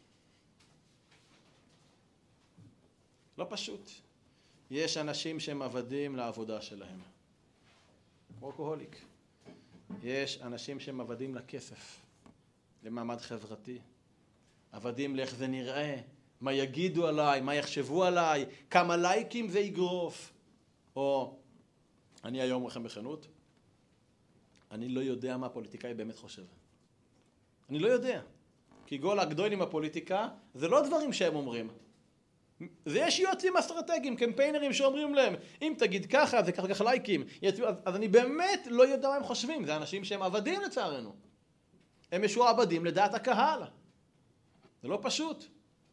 לא פשוט. יש אנשים שהם עבדים לעבודה שלהם. וורקוהוליק. יש אנשים שהם עבדים לכסף, למעמד חברתי. עבדים לאיך זה נראה, מה יגידו עליי, מה יחשבו עליי, כמה לייקים זה יגרוף. או, אני היום אומר לכם בכנות, אני לא יודע מה הפוליטיקאי באמת חושב. אני לא יודע. כי גול הגדול עם הפוליטיקה, זה לא דברים שהם אומרים. זה יש יועצים אסטרטגיים, קמפיינרים שאומרים להם, אם תגיד ככה, זה ככה לייקים. אז אני באמת לא יודע מה הם חושבים. זה אנשים שהם עבדים לצערנו. הם משועבדים לדעת הקהל. זה לא פשוט.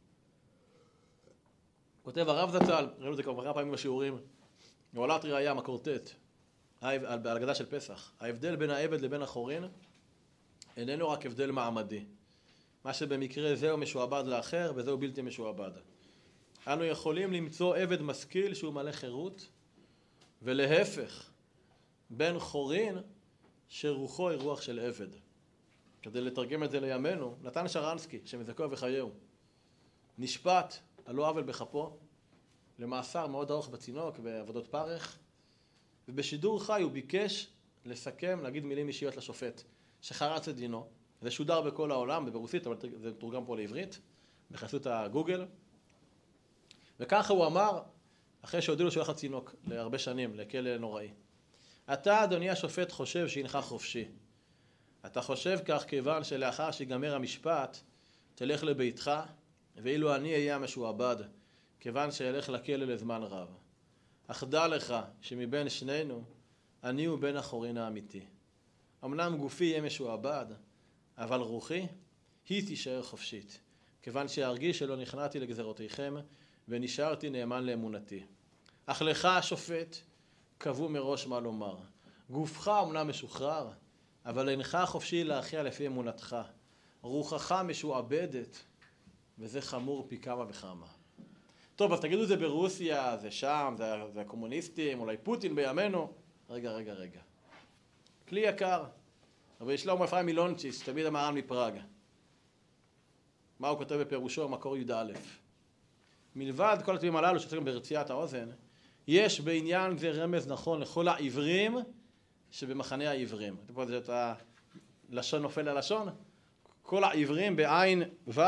כותב הרב זצ"ל, ראינו את זה כבר כמה פעמים בשיעורים, גאולת ראיה, מקור ט', על הגדה של פסח. ההבדל בין העבד לבין החורין איננו רק הבדל מעמדי. מה שבמקרה זהו משועבד לאחר וזהו בלתי משועבד. אנו יכולים למצוא עבד משכיל שהוא מלא חירות, ולהפך, בן חורין שרוחו היא רוח של עבד. כדי לתרגם את זה לימינו, נתן שרנסקי, שמזכו וחייהו, נשפט על לא עוול בכפו, למאסר מאוד ארוך בצינוק, בעבודות פרך, ובשידור חי הוא ביקש לסכם, להגיד מילים אישיות לשופט, שחרץ את דינו. זה שודר בכל העולם, ברוסית, אבל זה תורגם פה לעברית, בחסות הגוגל. וככה הוא אמר, אחרי שהודיעו לו שהוא הולך לצינוק, להרבה שנים, לכלא נוראי. אתה, אדוני השופט, חושב שהנך חופשי. אתה חושב כך כיוון שלאחר שיגמר המשפט, תלך לביתך, ואילו אני אהיה המשועבד, כיוון שאלך לכלא לזמן רב. אך דע לך שמבין שנינו, אני הוא בן החורין האמיתי. אמנם גופי יהיה משועבד, אבל רוחי היא תישאר חופשית, כיוון שארגיש שלא נכנעתי לגזרותיכם, ונשארתי נאמן לאמונתי. אך לך השופט קבעו מראש מה לומר. גופך אמנם משוחרר, אבל אינך חופשי להכריע לפי אמונתך. רוחך משועבדת, וזה חמור פי כמה וכמה. טוב, אז תגידו זה ברוסיה, זה שם, זה הקומוניסטים, אולי פוטין בימינו. רגע. כלי יקר. אבל שלמה אפרים מילונצ'יץ, תמיד המהר"ן מפראג. מה הוא כותב בפירושו, מקור י"א. מלבד כל הטובים הללו שעוסקים ברציעת האוזן, יש בעניין זה רמז נכון לכל העברים שבמחנה העברים. אתם פה את הלשון נופל ללשון? כל העברים בעין ו'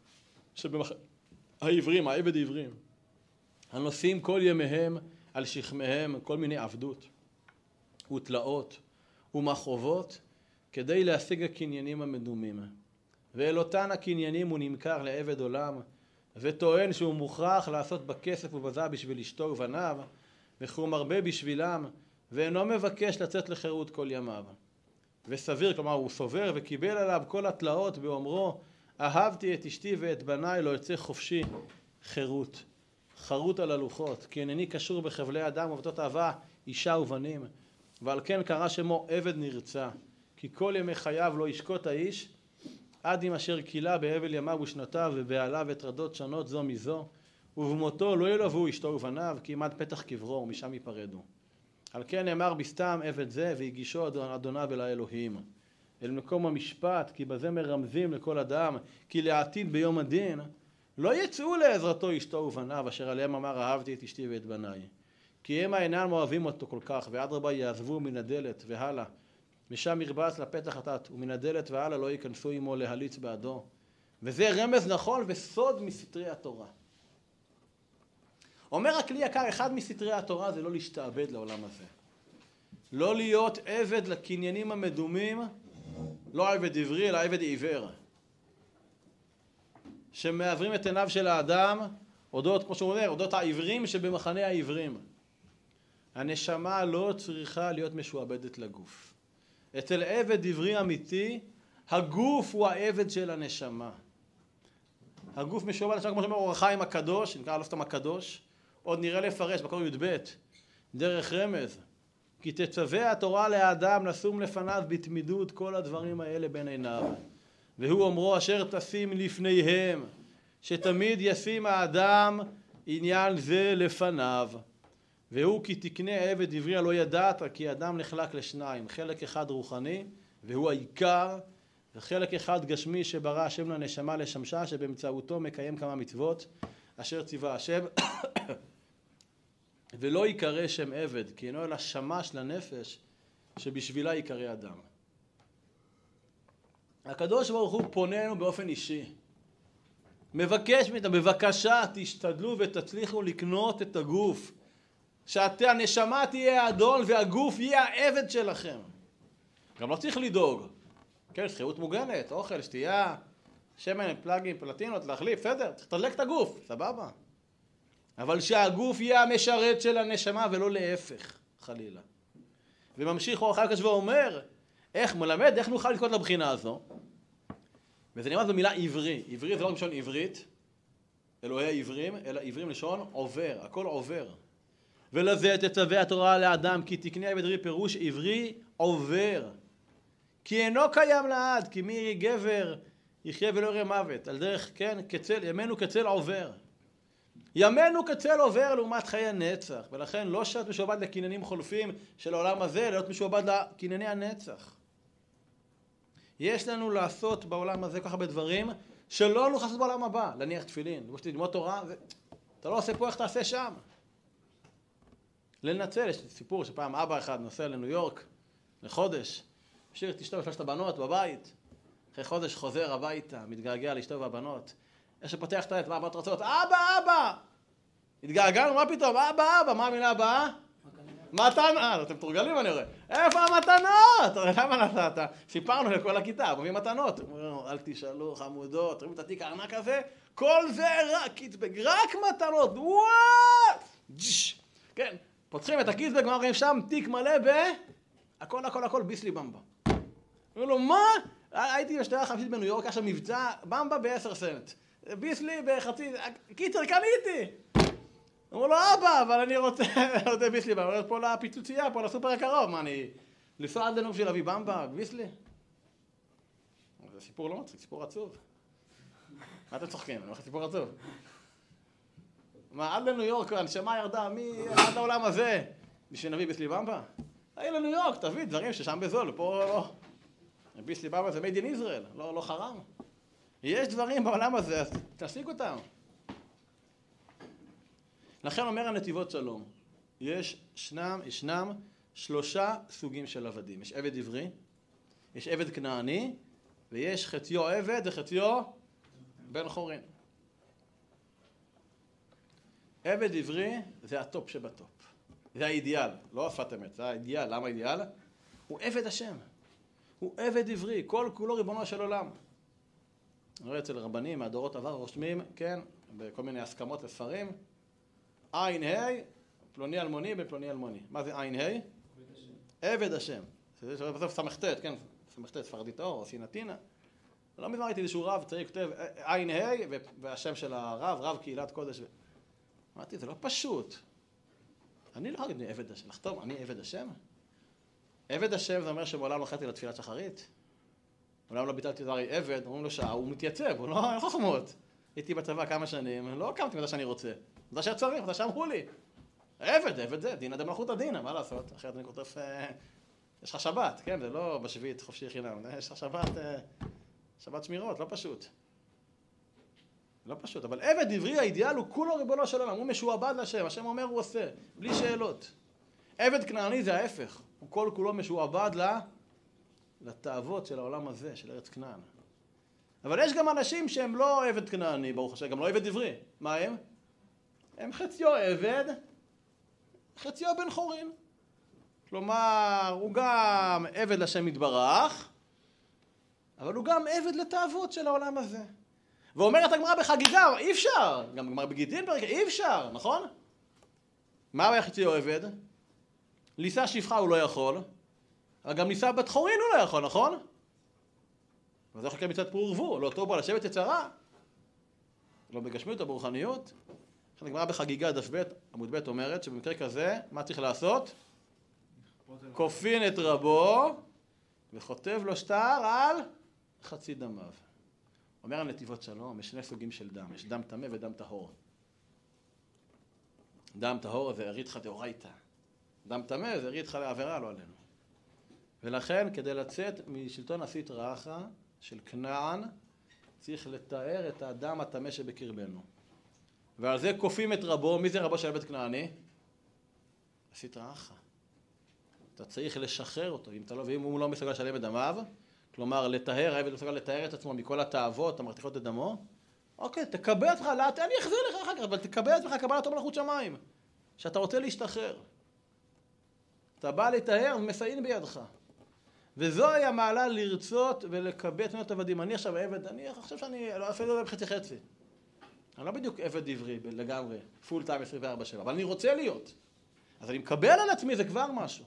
העברים, העבד העברים. הנושאים כל ימיהם על שכמיהם כל מיני עבדות ותלאות ומחובות כדי להשיג הקניינים המדומים. ואל אותן הקניינים הוא נמכר לעבד עולם וטוען שהוא מוכרח לעשות בכסף ובזה בשביל אשתו ובניו, וכי הוא מרבה בשבילם ואינו מבקש לצאת לחירות כל ימיו. וסביר, כלומר הוא סובר וקיבל עליו כל התלאות באומרו, אהבתי את אשתי ואת בניי לא יצא חופשי חירות. חרות על הלוחות, כי אינני קשור בחבלי אדם ובתות אהבה אישה ובנים, ועל כן קרא שמו עבד נרצע, כי כל ימי חייו לא ישקוט האיש, עד עם אשר קילה בהבל ימיו ושנותיו ובעליו וטרדות שונות זו מזו, ובמותו לא ילוו אשתו ובניו, כי עמד פתח קברו ומשם ייפרדו. על כן נאמר בסתם עבד זה, והגישו אדוניו אל האלוהים, אל מקום המשפט, כי בזה מרמזים לכל אדם, כי לעתיד ביום הדין לא יצאו לעזרתו אשתו ובניו, אשר עליהם אמר אהבתי את אשתי ואת בניי. כי הם אינם אוהבים אותו כל כך, ואדרבה יעזבו מן הדלת והלאה, משם ירבץ לפתח התת, ומן הדלת והלאה לא ייכנסו עמו להליץ בעדו. וזה רמז נכון וסוד מסתרי התורה. אומר הכלי יקר, אחד מסתרי התורה זה לא להשתעבד לעולם הזה. לא להיות עבד לקניינים המדומים, לא עבד עברי, אלא עבד עיוור. שמעברים את עיניו של האדם, אודות, כמו שהוא אומר, אודות העברים שבמחנה העברים. הנשמה לא צריכה להיות משועבדת לגוף. אצל עבד עברי אמיתי, הגוף הוא העבד של הנשמה. הגוף משועבד לשם, כמו שאומר אור החיים הקדוש, נקרא לא סתם הקדוש, עוד נראה לפרש בקור י"ב, דרך רמז, כי תצווה התורה לאדם לשום לפניו בתמידות כל הדברים האלה בין עיניו. והוא אומרו אשר תשים לפניהם, שתמיד ישים האדם עניין זה לפניו. והוא כי תקנה עבד עברי הלא ידעת, כי אדם נחלק לשניים, חלק אחד רוחני, והוא העיקר, וחלק אחד גשמי שברא השם לנשמה לשמשה, שבאמצעותו מקיים כמה מצוות, אשר ציווה השם, ולא יקרא שם עבד, כי אינו אלא שמש לנפש, שבשבילה יקרא אדם. הקדוש ברוך הוא פונה לנו באופן אישי. מבקש מאיתם, בבקשה תשתדלו ותצליחו לקנות את הגוף. שהנשמה תהיה האדון והגוף יהיה העבד שלכם. גם לא צריך לדאוג. כן, שכירות מוגנת, אוכל, שתייה, שמן, פלאגים, פלטינות, להחליף, בסדר, צריך לתדלק את הגוף, סבבה. אבל שהגוף יהיה המשרת של הנשמה ולא להפך, חלילה. וממשיך אור החיים הקדוש ואומר, איך מלמד, איך נוכל לזכות לבחינה הזו? וזה נאמר במילה עברי. עברי זה לא לשון עברית, אלוהי העברים, אלא עברים לשון עובר, הכל עובר. ולזה תצווה התורה לאדם, כי תקנה עבד עברי, פירוש עברי עובר. כי אינו קיים לעד, כי מי גבר יחיה ולא יראה מוות. על דרך, כן, כצל, ימינו כצל עובר. ימינו כצל עובר לעומת חיי הנצח, ולכן לא שאת משועבד לקניינים חולפים של העולם הזה, להיות משועבד לקנייני הנצח. יש לנו לעשות בעולם הזה ככה בדברים שלא נוכל לעשות בעולם הבא, להניח תפילין, ללמוד תורה, אתה לא עושה פה, איך תעשה שם? לנצל, יש סיפור שפעם אבא אחד נוסע לניו יורק לחודש, השאיר את אשתו ושלושת הבנות בבית, אחרי חודש חוזר הביתה, מתגעגע לאשתו והבנות, איך שפותח את העת, מה הבנות רוצות? אבא! התגעגענו, מה פתאום? אבא! מה המילה הבאה? מתנה! אתם תורגלים אני רואה. איפה המתנות? למה נסעת? סיפרנו לכל הכיתה, מביא מתנות. אל תשאלו חמודות, תראו את התיק הארנק הזה, כל זה רק קיטבג, רק מתנות, וואו! כן, פותחים את הקיטבג, אומרים שם תיק מלא הכל ביסלי במבה. אומרים לו, מה? הייתי בשתייה חמישית בניו יורק, עכשיו מבצע במבה ב10 סנט. ביסלי בחצי, קיצר, קניתי! אמרו לו, אבא, אבל אני רוצה ביסלי במבה, אני רוצה פה לפיצוצייה, פה לסופר הקרוב, מה אני... לנסוע עד לנו בשביל להביא במבה, ביסלי? זה סיפור לא מצחיק, סיפור עצוב. מה אתם צוחקים? אני אומר לך סיפור עצוב. מה, עד לניו יורק, הנשמה ירדה, עד לעולם הזה, בשביל נביא ביסלי במבה? היי לניו יורק, תביא דברים ששם בזול, פה לא. ביסלי במבה זה made in Israel, לא חרם. יש דברים בעולם הזה, אז תשיג אותם. לכן אומר הנתיבות שלום, ישנם 3 סוגים של עבדים. יש עבד עברי, יש עבד כנעני, ויש חציו עבד וחציו בן חורין. עבד עברי זה הטופ שבטופ. זה האידיאל, לא שפת אמת, זה האידיאל. למה האידיאל? הוא עבד השם. הוא עבד עברי, כל כולו ריבונו של עולם. אני רואה אצל רבנים מהדורות עבר רושמים, כן, בכל מיני הסכמות וספרים, עין ה' פלוני אלמוני בפלוני אלמוני. מה זה עין ה'? עבד השם. זה בסוף סמכתת, כן, סמכתת ספרדית אור או סינתינה. לא מזמן ראיתי איזשהו רב, צריך כותב עין ה' והשם של הרב, רב קהילת קודש. אמרתי, זה לא פשוט. אני לא אגיד עבד השם, לחתום, אני עבד השם? עבד השם זה אומר שמעולם לא חטאתי לתפילת שחרית. מעולם לא ביטלתי את הרי עבד, אומרים לו שעה, הוא מתייצב, הוא לא חכמות. הייתי בצבא כמה שנים, לא קמתי מתי שאני רוצה. מתי שצריך, מתי שאמרו לי. עבד זה, דין אדם מלכות הדין, מה לעשות? אחרת אני כותב, יש לך שבת, כן? זה לא בשביעית חופשי חינם, יש לך שבת שמירות, לא פשוט. לא פשוט, אבל עבד עברי האידיאל הוא כולו ריבונו של עולם, הוא משועבד לשם, השם אומר הוא עושה, בלי שאלות. עבד כנעני זה ההפך, הוא כל כולו משועבד לתאוות של העולם הזה, של ארץ כנען. אבל יש גם אנשים שהם לא עבד כנעני, ברוך השם, גם לא עבד עברי. מה הם? הם חציו עבד, חציו בן חורין. כלומר, הוא גם עבד לשם יתברך, אבל הוא גם עבד לתאוות של העולם הזה. ואומרת הגמרא בחגיגה, אי אפשר, גם גמרא בגיטין פרק, אי אפשר, נכון? מה היה חציו עבד? לישא שפחה הוא לא יכול, אבל גם לישא בת חורין הוא לא יכול, נכון? אבל זה חכה מצד פרו ורבו, לא טוב בו לשבת יצרה, לא בגשמיות או ברוחניות. הגמרא בחגיגה דף ב' עמוד ב' אומרת שבמקרה כזה, מה צריך לעשות? כופין את רבו וכותב לו שטר על חצי דמיו. אומר הנתיבות שלום, יש שני סוגים של דם, יש דם טמא ודם טהור. דם טהור זה ריתחא דאורייתא. דם טמא זה ריתחא לעבירה, לא עלינו. ולכן כדי לצאת משלטון הסטרא אחרא של כנען, צריך לתאר את האדם הטמא שבקרבנו. ועל זה כופים את רבו. מי זה רבו של עבד כנעני? הסטרא אחרא. אתה צריך לשחרר אותו, ואם הוא לא מסוגל לשלם את דמיו, כלומר לטהר, העבד מסוגל לטהר את עצמו מכל התאוות המרתיחות את דמו, אוקיי, תקבל אותך, אני אחזיר לך אחר כך, אבל תקבל את עצמך קבלת מלכות שמיים, שאתה רוצה להשתחרר. אתה בא לטהר ומסייעין בידך. וזוהי המעלה לרצות ולקבל את תנות עבדים. אני עכשיו עבד, אני חושב שאני לא אפילו בחצי חצי. אני לא בדיוק עבד עברי לגמרי, פול טיים 24/7, אבל אני רוצה להיות. אז אני מקבל על עצמי, זה כבר משהו.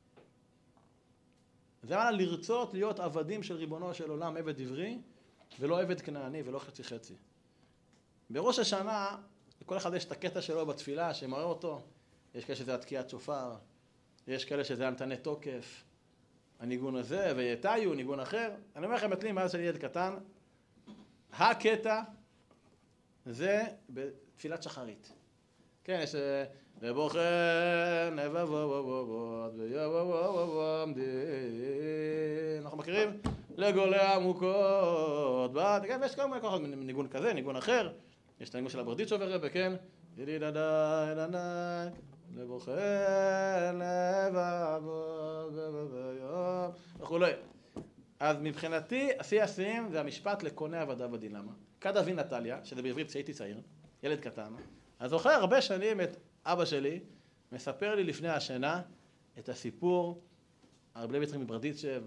זה מעלה לרצות להיות עבדים של ריבונו של עולם, עבד עברי, ולא עבד כנעני ולא חצי חצי. בראש השנה, לכל אחד יש את הקטע שלו בתפילה שמראה אותו. יש כאלה שזה התקיעת שופר, יש כאלה שזה הנתני תוקף, הניגון הזה, ויתיו, ניגון אחר. אני אומר לכם, אצלי מאז שאני ילד קטן, הקטע זה בתפילת שחרית. כן, יש ובוחן נבבות ויבוא עמדי. אנחנו מכירים? לגולי עמוקות. ויש כל מיני ניגון כזה, ניגון אחר. יש את הניגון של הברדיצ'וב הרבה, כן? ידידדי דנק לבוחן לבבות ויום וכולי. אז מבחינתי, השיא השיאים זה המשפט לקונה עבדה בדילמה. כד אבי נטליה, שזה בעברית כשהייתי צעיר, ילד קטן, אז זוכר הרבה שנים את אבא שלי, מספר לי לפני השינה את הסיפור, הרב לוי יצחק מברדיצ'ב,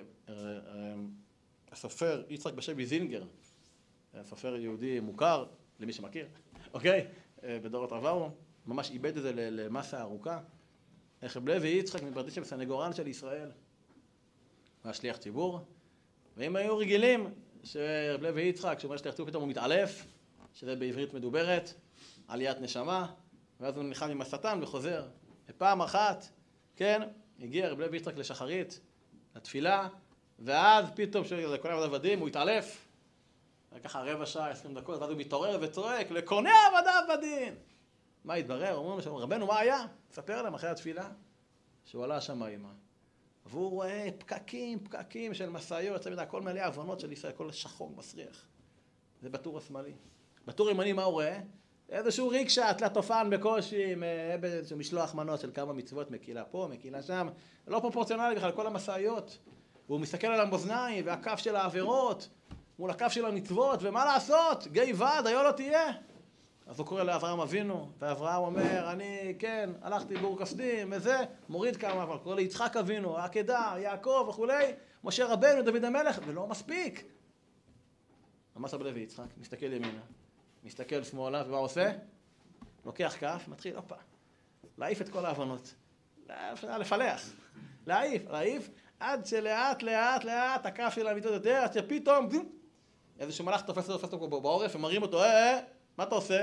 שהסופר יצחק בשבי זינגר, סופר יהודי מוכר, למי שמכיר, אוקיי? בדורות עברו, ממש איבד את זה למסה ארוכה. הרב לוי יצחק מברדיצ'ב, סנגורן של ישראל, הוא השליח ציבור, והם היו רגילים שרב לוי יצחק, כשאומר שליח ציבור פתאום הוא מתעלף, שזה בעברית מדוברת, עליית נשמה, ואז הוא נלחם עם השטן וחוזר. ופעם אחת, כן, הגיע רב לוי יצחק לשחרית, לתפילה, ואז פתאום לכל עבד עבדים הוא התעלף. ככה רבע שעה, 20 דקות, ואז הוא מתעורר וצועק, לקונה עבדיו בדין. מה התברר? אומרים לו, רבנו, מה היה? ספר להם אחרי התפילה, שהוא עלה השמיימה. והוא רואה פקקים של מסעיות, הכל מלא עוונות של ישראל, הכל שחור מסריח. זה בטור השמאלי. בטור ימני מה הוא רואה? איזשהו ריקשה, תלת אופן בקושי, עם איזשהו משלוח מנות של כמה מצוות, מקילה פה, מקילה שם, לא פרופורציונלי בכלל, כל המסעיות. והוא מסתכל על המאזניים והכף של העבירות, מול הכף של המצוות, ומה לעשות? גיא ועד, היה לא תהיה. אז הוא קורא לאברהם אבינו, ואברהם אומר, אני, כן, הלכתי בור כסדים, וזה, מוריד כמה, אבל קורא ליצחק אבינו, העקדה, יעקב וכולי, משה רבנו, דוד המלך, ולא מספיק. עמד רב לוי יצחק, מסתכל ימינה, מסתכל שמאלה, ומה עושה? לוקח כף, מתחיל, הופה, להעיף את כל ההבנות. לפלח, להעיף, עד שלאט, לאט, הכף של המיטות יותר, עד שפתאום, איזשהו מלאך תופס אותו בעורף, ומרים אותו, מה אתה עושה?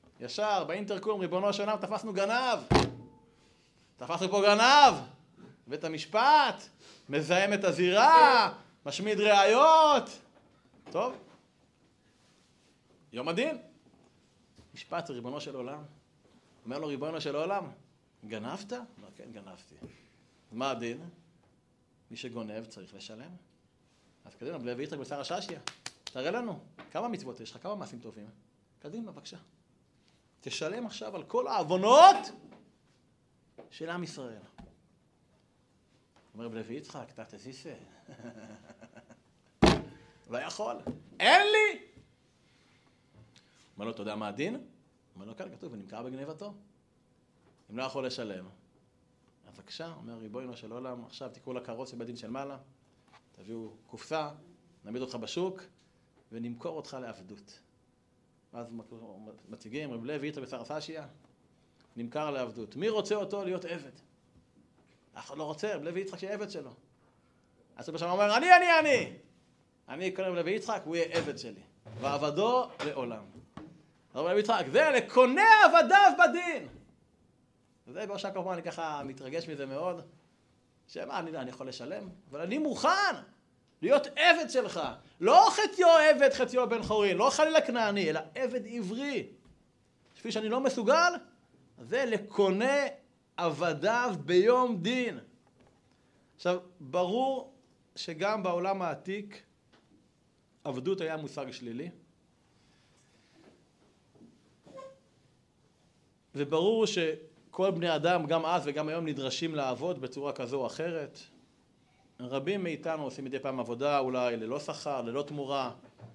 ישר, באינטרקום, ריבונו של עולם, תפסנו גנב. תפסנו פה גנב. בית המשפט, מזהם את הזירה, משמיד ראיות. טוב, יום הדין. משפט ריבונו של עולם. אומר לו ריבונו של עולם, גנבת? אומר, כן, גנבתי. מה הדין? מי שגונב צריך לשלם. אז קדימה, בלי ויצחק בשר הששיה. תראה לנו, כמה מצוות יש לך, כמה מעשים טובים. קדימה, בבקשה. תשלם עכשיו על כל העוונות של עם ישראל. אומר בלוי יצחק, אתה תזיסה. לא יכול. אין לי! אומר לו, אתה יודע מה הדין? אומר לו, כן, כתוב, ונמכר בגניבתו. אם לא יכול לשלם. אז בבקשה, אומר ריבונו של עולם, עכשיו תיקחו לקרוס שבדין של מעלה, תביאו קופסה, נעמיד אותך בשוק, ונמכור אותך לעבדות. ואז מציגים, רב לוי יצחק בשר הששיה, נמכר לעבדות. מי רוצה אותו להיות עבד? אף אחד לא רוצה, רב לוי יצחק שיהיה עבד שלו. אז הוא בשם אומר, אני קורא רב לוי יצחק, הוא יהיה עבד שלי. ועבדו לעולם. רב לוי יצחק, זה לקונה עבדיו בדין. וזה באושה כמובן, אני ככה מתרגש מזה מאוד. שמה, אני יכול לשלם, אבל אני מוכן להיות עבד שלך. לא חציו עבד, חציו בן חורין, לא חלילה כנעני, אלא עבד עברי. כפי שאני לא מסוגל, זה לקונה עבדיו ביום דין. עכשיו, ברור שגם בעולם העתיק, עבדות היה מושג שלילי. וברור שכל בני אדם, גם אז וגם היום, נדרשים לעבוד בצורה כזו או אחרת. רבים מאיתנו עושים מדי פעם עבודה, אולי ללא שכר, ללא תמורה.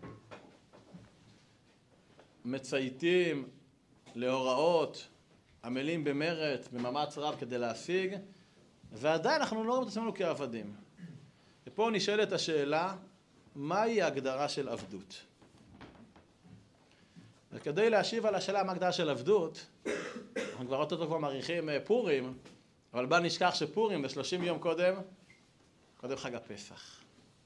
מצייתים להוראות, עמלים במרץ, במאמץ רב כדי להשיג, ועדיין אנחנו לא רואים את עצמנו כעבדים. ופה נשאלת השאלה, מהי ההגדרה של עבדות? וכדי להשיב על השאלה מה ההגדרה של עבדות, אנחנו כבר אותו כבר מעריכים פורים, אבל בל נשכח שפורים ב30 יום קודם חג הפסח.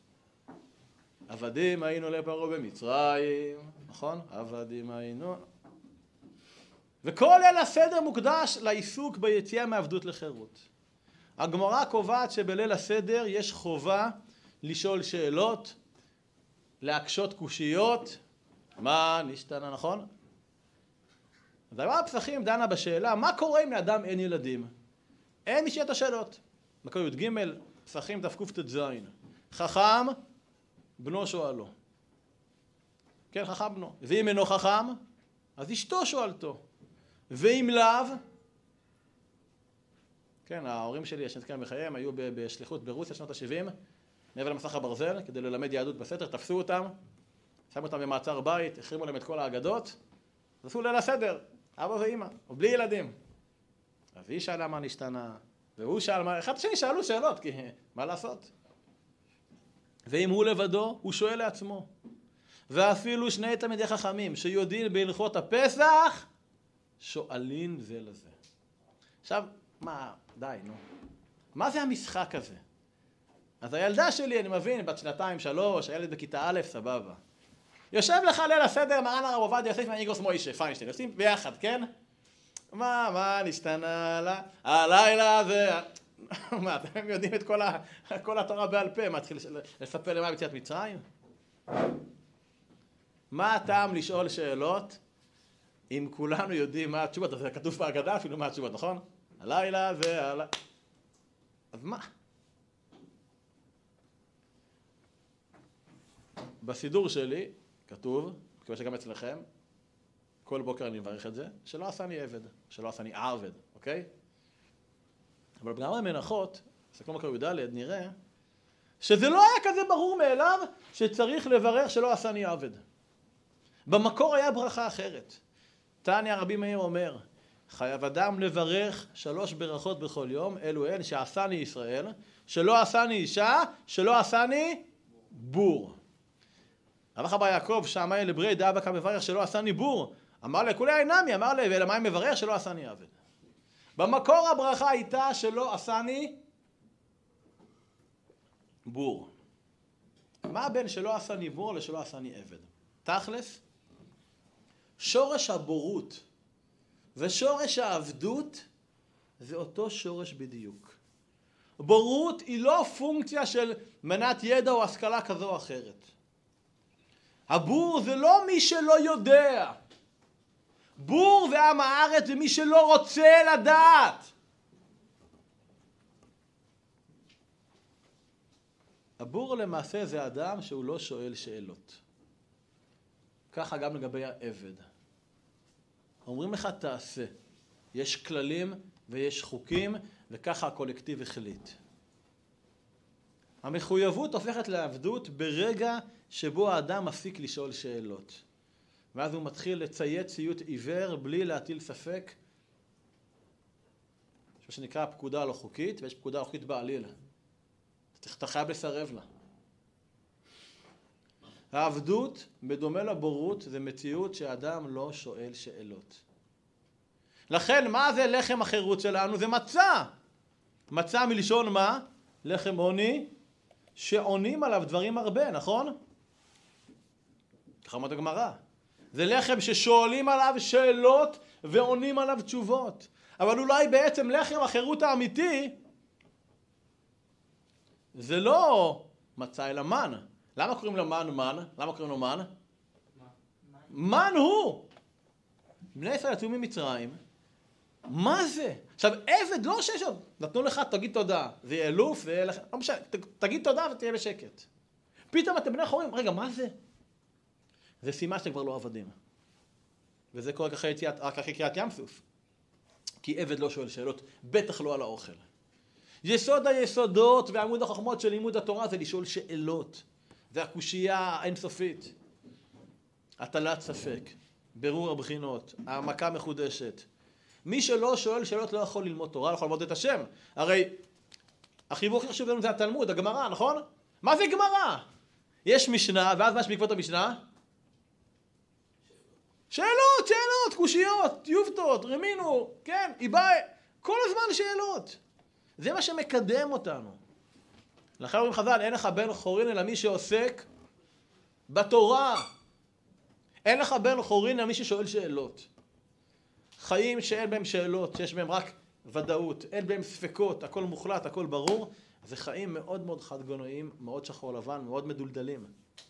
עבדים היינו לפרעה במצרים, נכון? עבדים היינו. וכל ליל הסדר מוקדש לעיסוק ביציאה מעבדות לחירות. הגמרא קובעת שבליל הסדר יש חובה לשאול שאלות, להקשות קושיות. מה נשתנה, נכון? אז הגמרא הפסחים דנה בשאלה, מה קורה אם לאדם אין ילדים? אין מי שיהיה את השאלות. מקור י"ג, פסחים תקט"ז. חכם, בנו שואלו. כן, חכם בנו. ואם אינו חכם, אז אשתו שואלתו. ואם לאו, כן, ההורים שלי, שנתקיים בחייהם, היו בשליחות ברוסיה שנות ה-70, מעבר למסך הברזל, כדי ללמד יהדות בסתר, תפסו אותם, שמו אותם במעצר בית, החרימו להם את כל האגדות, עשו ליל הסדר, אבא ואמא, או בלי ילדים. אז היא שאלה מה נשתנה, והוא שאל מה, אחד השני שאלו שאלות, כי מה לעשות? ואם הוא לבדו, הוא שואל לעצמו. ואפילו שני תלמידי חכמים שיודעים בהלכות הפסח, שואלים זה לזה. עכשיו, מה, די, נו. מה זה המשחק הזה? אז הילדה שלי, אני מבין, בת 2-3, הילד בכיתה א', סבבה. יושב לך ליל הסדר, מרן הרב עובדיה יוסף מאיגרוס מוישה, פיינשטיין, עושים ביחד, כן? מה נשתנה לה? הלילה זה... מה, אתם יודעים את כל התורה בעל פה, מה התחיל לספר למה ביציאת מצרים? מה הטעם לשאול שאלות אם כולנו יודעים מה התשובות? זה כתוב בהגדה אפילו מה התשובות, נכון? הלילה זה... אז מה? בסידור שלי כתוב, כמו שגם אצלכם, כל בוקר אני מברך את זה, שלא עשני עבד, שלא עשני עבד, אוקיי? אבל גם במנחות, סכום מקור י"ד, נראה שזה לא היה כזה ברור מאליו שצריך לברך שלא עשני עבד. במקור היה ברכה אחרת. תניא רבי מאיר אומר, חייב אדם לברך 3 ברכות בכל יום, אלו הן שעשני ישראל, שלא עשני אישה, שלא עשני בור. רבך בר יעקב שעמאי לברי דאבא כמברך שלא עשני בור, אמר לכולי עינמי, אמר לי, ולמה אם מברך שלא עשני עבד? במקור הברכה הייתה שלא עשני בור. מה בין שלא עשני בור לשלא עשני עבד? תכלס, שורש הבורות ושורש העבדות זה אותו שורש בדיוק. בורות היא לא פונקציה של מנת ידע או השכלה כזו או אחרת. הבור זה לא מי שלא יודע. בור ועם הארץ זה מי שלא רוצה לדעת. הבור למעשה זה אדם שהוא לא שואל שאלות. ככה גם לגבי העבד. אומרים לך תעשה. יש כללים ויש חוקים, וככה הקולקטיב החליט. המחויבות הופכת לעבדות ברגע שבו האדם מפסיק לשאול שאלות. ואז הוא מתחיל לציית ציות עיוור בלי להטיל ספק. יש מה שנקרא פקודה לא חוקית, ויש פקודה לא חוקית בעליל. אתה חייב לסרב לה. העבדות, בדומה לבורות, זה מציאות שהאדם לא שואל שאלות. לכן, מה זה לחם החירות שלנו? זה מצה. מצה מלשון מה? לחם עוני, שעונים עליו דברים הרבה, נכון? ככה אומרת הגמרא. זה לחם ששואלים עליו שאלות ועונים עליו תשובות. אבל אולי בעצם לחם החירות האמיתי זה לא מצה אלא מן. למה קוראים לו מן? למה קוראים לו מן? מן הוא! בני ישראל יצאו ממצרים. מה זה? עכשיו, עבד לא שיש עוד. נתנו לך, תגיד תודה. זה יהיה אלוף, זה יהיה לך... לא משנה, תגיד תודה ותהיה בשקט. פתאום אתם בני חורים, רגע, מה זה? זה סימן שאתם כבר לא עבדים. וזה קורה רק אחרי קריאת ים סוף. כי עבד לא שואל שאלות, בטח לא על האוכל. יסוד היסודות ועמוד החוכמות של לימוד התורה זה לשאול שאלות. זה הקושייה האינסופית. הטלת ספק, ברור הבחינות, העמקה מחודשת. מי שלא שואל שאלות לא יכול ללמוד תורה, לא יכול ללמוד את השם. הרי החיבור הכי חשוב לנו זה התלמוד, הגמרא, נכון? מה זה גמרא? יש משנה, ואז מה יש בעקבות המשנה? שאלות, קושיות, יובטות, רמינו, כן, איבאי, כל הזמן שאלות. זה מה שמקדם אותנו. לכן אומרים חז"ל, אין לך בן חורין אלא מי שעוסק בתורה. אין לך בן חורין אלא מי ששואל שאלות. חיים שאין בהם שאלות, שיש בהם רק ודאות, אין בהם ספקות, הכל מוחלט, הכל ברור, זה חיים מאוד מאוד חד-גוניים, מאוד שחור לבן, מאוד מדולדלים.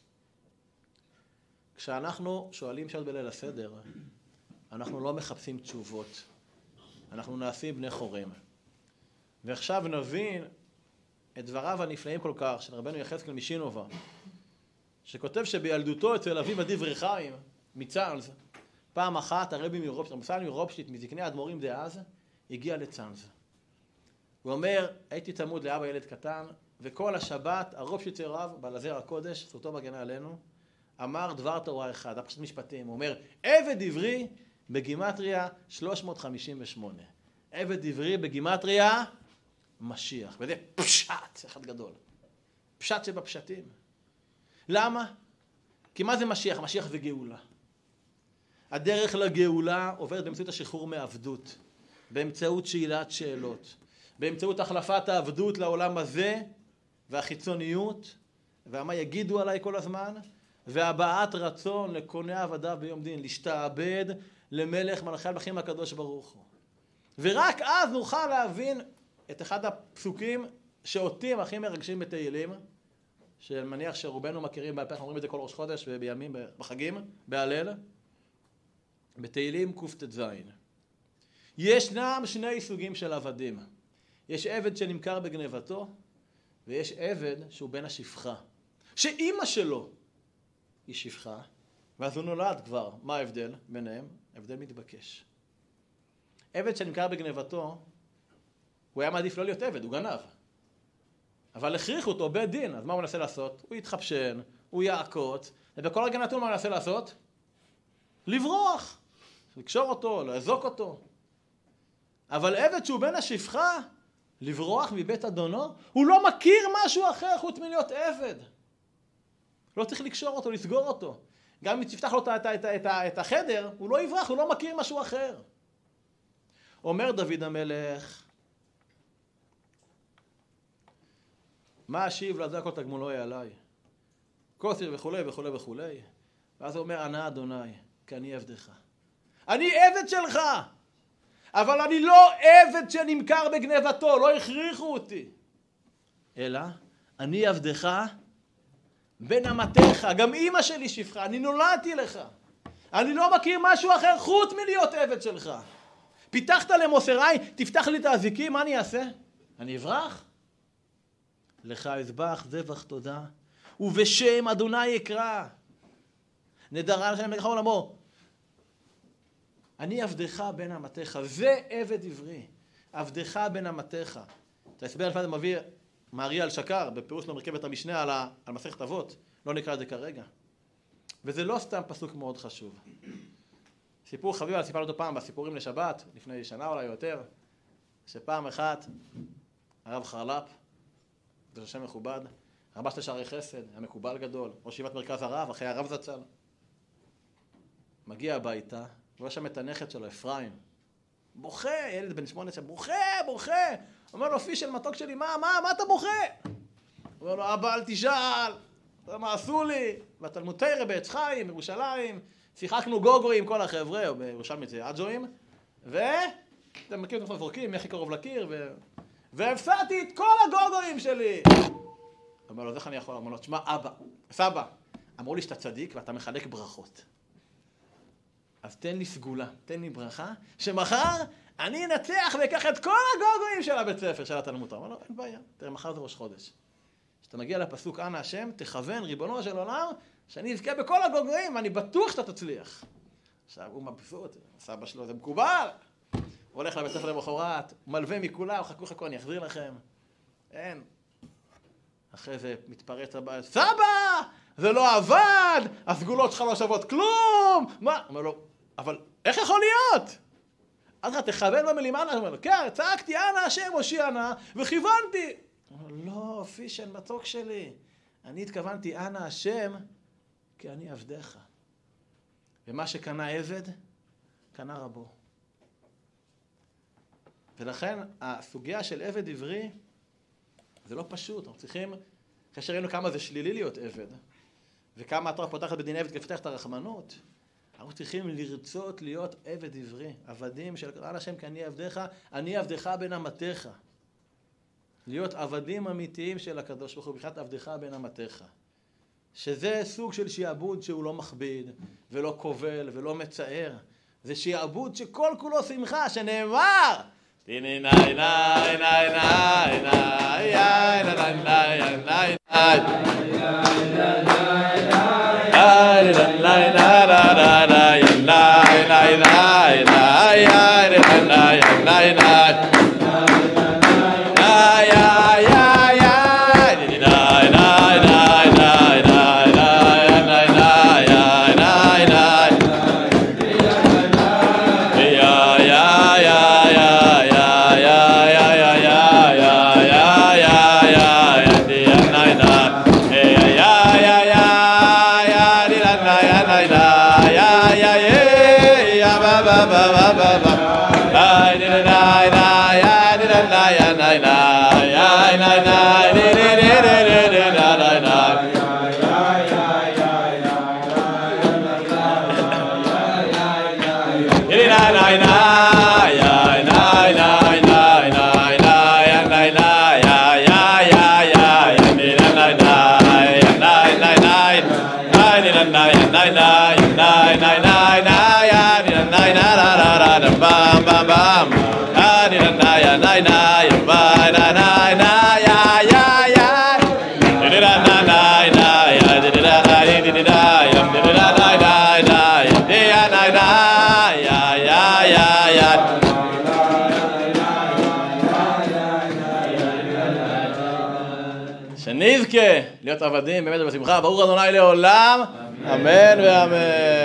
כשאנחנו שואלים שאלות בליל הסדר, אנחנו לא מחפשים תשובות. אנחנו נעשים בני חורים. ועכשיו נבין את דבריו הנפלאים כל כך של רבנו יחזקאל משינובה, שכותב שבילדותו אצל אביו הדברי חיים, מצאנז, פעם אחת הרבי מרובשטיט, מזקני האדמו"רים דאז, הגיע לצאנז. הוא אומר, הייתי צמוד לאבא ילד קטן, וכל השבת הרובשטיצר רב, בעל הזרע הקודש, זכותו מגנה עלינו, אמר דבר תורה אחד, הפשט משפטים, הוא אומר, עבד עברי בגימטריה 358. עבד עברי בגימטריה משיח. וזה פשט, אחד גדול. פשט שבפשטים. למה? כי מה זה משיח? משיח זה גאולה. הדרך לגאולה עוברת באמצעות השחרור מעבדות, באמצעות שאלת שאלות, באמצעות החלפת העבדות לעולם הזה והחיצוניות, ומה יגידו עליי כל הזמן, והבעת רצון לקונה עבדיו ביום דין, להשתעבד למלך מלכי המלכים הקדוש ברוך הוא. ורק אז נוכל להבין את אחד הפסוקים שאותי הם הכי מרגשים בתהילים, שמניח שרובנו מכירים בעל פה, אנחנו אומרים את זה כל ראש חודש ובימים, בחגים, בהלל, בתהילים קט"ז. ישנם שני סוגים של עבדים. יש עבד שנמכר בגנבתו, ויש עבד שהוא בן השפחה. שאימא שלו היא שפחה, ואז הוא נולד כבר. מה ההבדל ביניהם? הבדל מתבקש. עבד שנמכר בגנבתו, הוא היה מעדיף לא להיות עבד, הוא גנב. אבל הכריחו אותו בית דין, אז מה הוא מנסה לעשות? הוא יתחפשן, הוא יעקוץ, ובכל רגע נתון מה הוא מנסה לעשות? לברוח, לקשור אותו, לאזוק אותו. אבל עבד שהוא בן השפחה, לברוח מבית אדונו, הוא לא מכיר משהו אחר חוץ מלהיות עבד. לא צריך לקשור אותו, לסגור אותו. גם אם תפתח לו את החדר, הוא לא יברח, הוא לא מכיר משהו אחר. אומר דוד המלך, מה אשיב לזה כל תגמולו עליי? כוסר וכולי וכולי וכולי. ואז הוא אומר, ענה אדוני, כי אני עבדך. אני עבד שלך, אבל אני לא עבד שנמכר בגנבתו, לא הכריחו אותי. אלא אני עבדך בין אמתיך. גם אמא שלי שפחה, אני נולדתי לך. אני לא מכיר משהו אחר חוץ מלהיות עבד שלך. פיתחת למוסריי, תפתח לי את האזיקים, מה אני אעשה? אני אברח? לך אזבח זבח תודה, ובשם אדוני אקרא. נדרה לשם לקחה עולמו. אני עבדך בין אמתיך, זה עבד עברי. עבדך בין אמתיך. את ההסבר לפני זה מביא מארי על שקר, בפירוש למרכבת המשנה על מסכת אבות. לא נקרא את זה כרגע. וזה לא סתם פסוק מאוד חשוב. סיפור חביב על סיפרנו אותו פעם בסיפורים לשבת, לפני שנה אולי יותר, שפעם אחת הרב חרל"פ, זה שם מכובד, רבה של שערי חסד, היה מקובל גדול, ראש ישיבת מרכז הרב, אחרי הרב זצ"ל. מגיע הביתה, רואה שם את הנכד שלו, אפרים. בוכה, ילד בן 8 שם, בוכה. אומר לו, פישל מתוק שלי, מה אתה בוכה? אומר לו, אבא אל תשאל, מה עשו לי? בתלמוד תורה בעץ חיים, בירושלים, שיחקנו גוגו עם כל החבר'ה, או בירושלים זה אג'ואים, אתם מכירים את עצמם זורקים, הכי קרוב לקיר, והפסעתי את כל הגוגואים שלי. אומר לו, איך אני יכול? אומר לו, תשמע, סבא, אמרו לי שאתה צדיק ואתה מחלק ברכות. אז תן לי סגולה, תן לי ברכה, שמחר אני אנצח ואקח את כל הגוגואים של הבית ספר, של התלמוד. אומר לו, אין בעיה, תראה, מחר זה ראש חודש. כשאתה מגיע לפסוק, אנא השם, תכוון, ריבונו של עולם, שאני אזכה בכל הגוגואים, ואני בטוח שאתה תצליח. עכשיו, הוא מבסוט, סבא שלו, זה מקובל. הוא הולך לבית ספר למחרת, מלווה מכולם, חכו, אני אחזיר לכם. אין. אחרי זה מתפרץ הבא, סבא! זה לא עבד! הסגולות שלך לא שוות כלום! מה? אומר לו, אבל איך יכול להיות? אז תכוון במלימנה, אומר לו, כן, צעקתי, אנא השם הושיע נא, וכיוונתי. הוא אומר, לא, פישל מתוק שלי. אני התכוונתי, אנא השם, כי אני עבדך. ומה שקנה עבד, קנה רבו. ולכן הסוגיה של עבד עברי, זה לא פשוט. אנחנו צריכים, אחרי שראינו כמה זה שלילי להיות עבד, וכמה התורה פותחת בדין עבד כפתח את הרחמנות, אנחנו צריכים לרצות להיות עבד עברי, עבדים של קרא לשם כי אני עבדך בין אמתיך. להיות עבדים אמיתיים של הקדוש ברוך הוא, בכלל עבדך בין אמתיך. שזה סוג של שיעבוד שהוא לא מכביד, ולא כובל, ולא מצער. זה שיעבוד שכל כולו שמחה, שנאמר! תיני נאי נאי נאי נאי נאי נאי נאי נאי שנזכה להיות עבדים באמת ובשמחה. ברוך אדוני לעולם, אמן ואמן.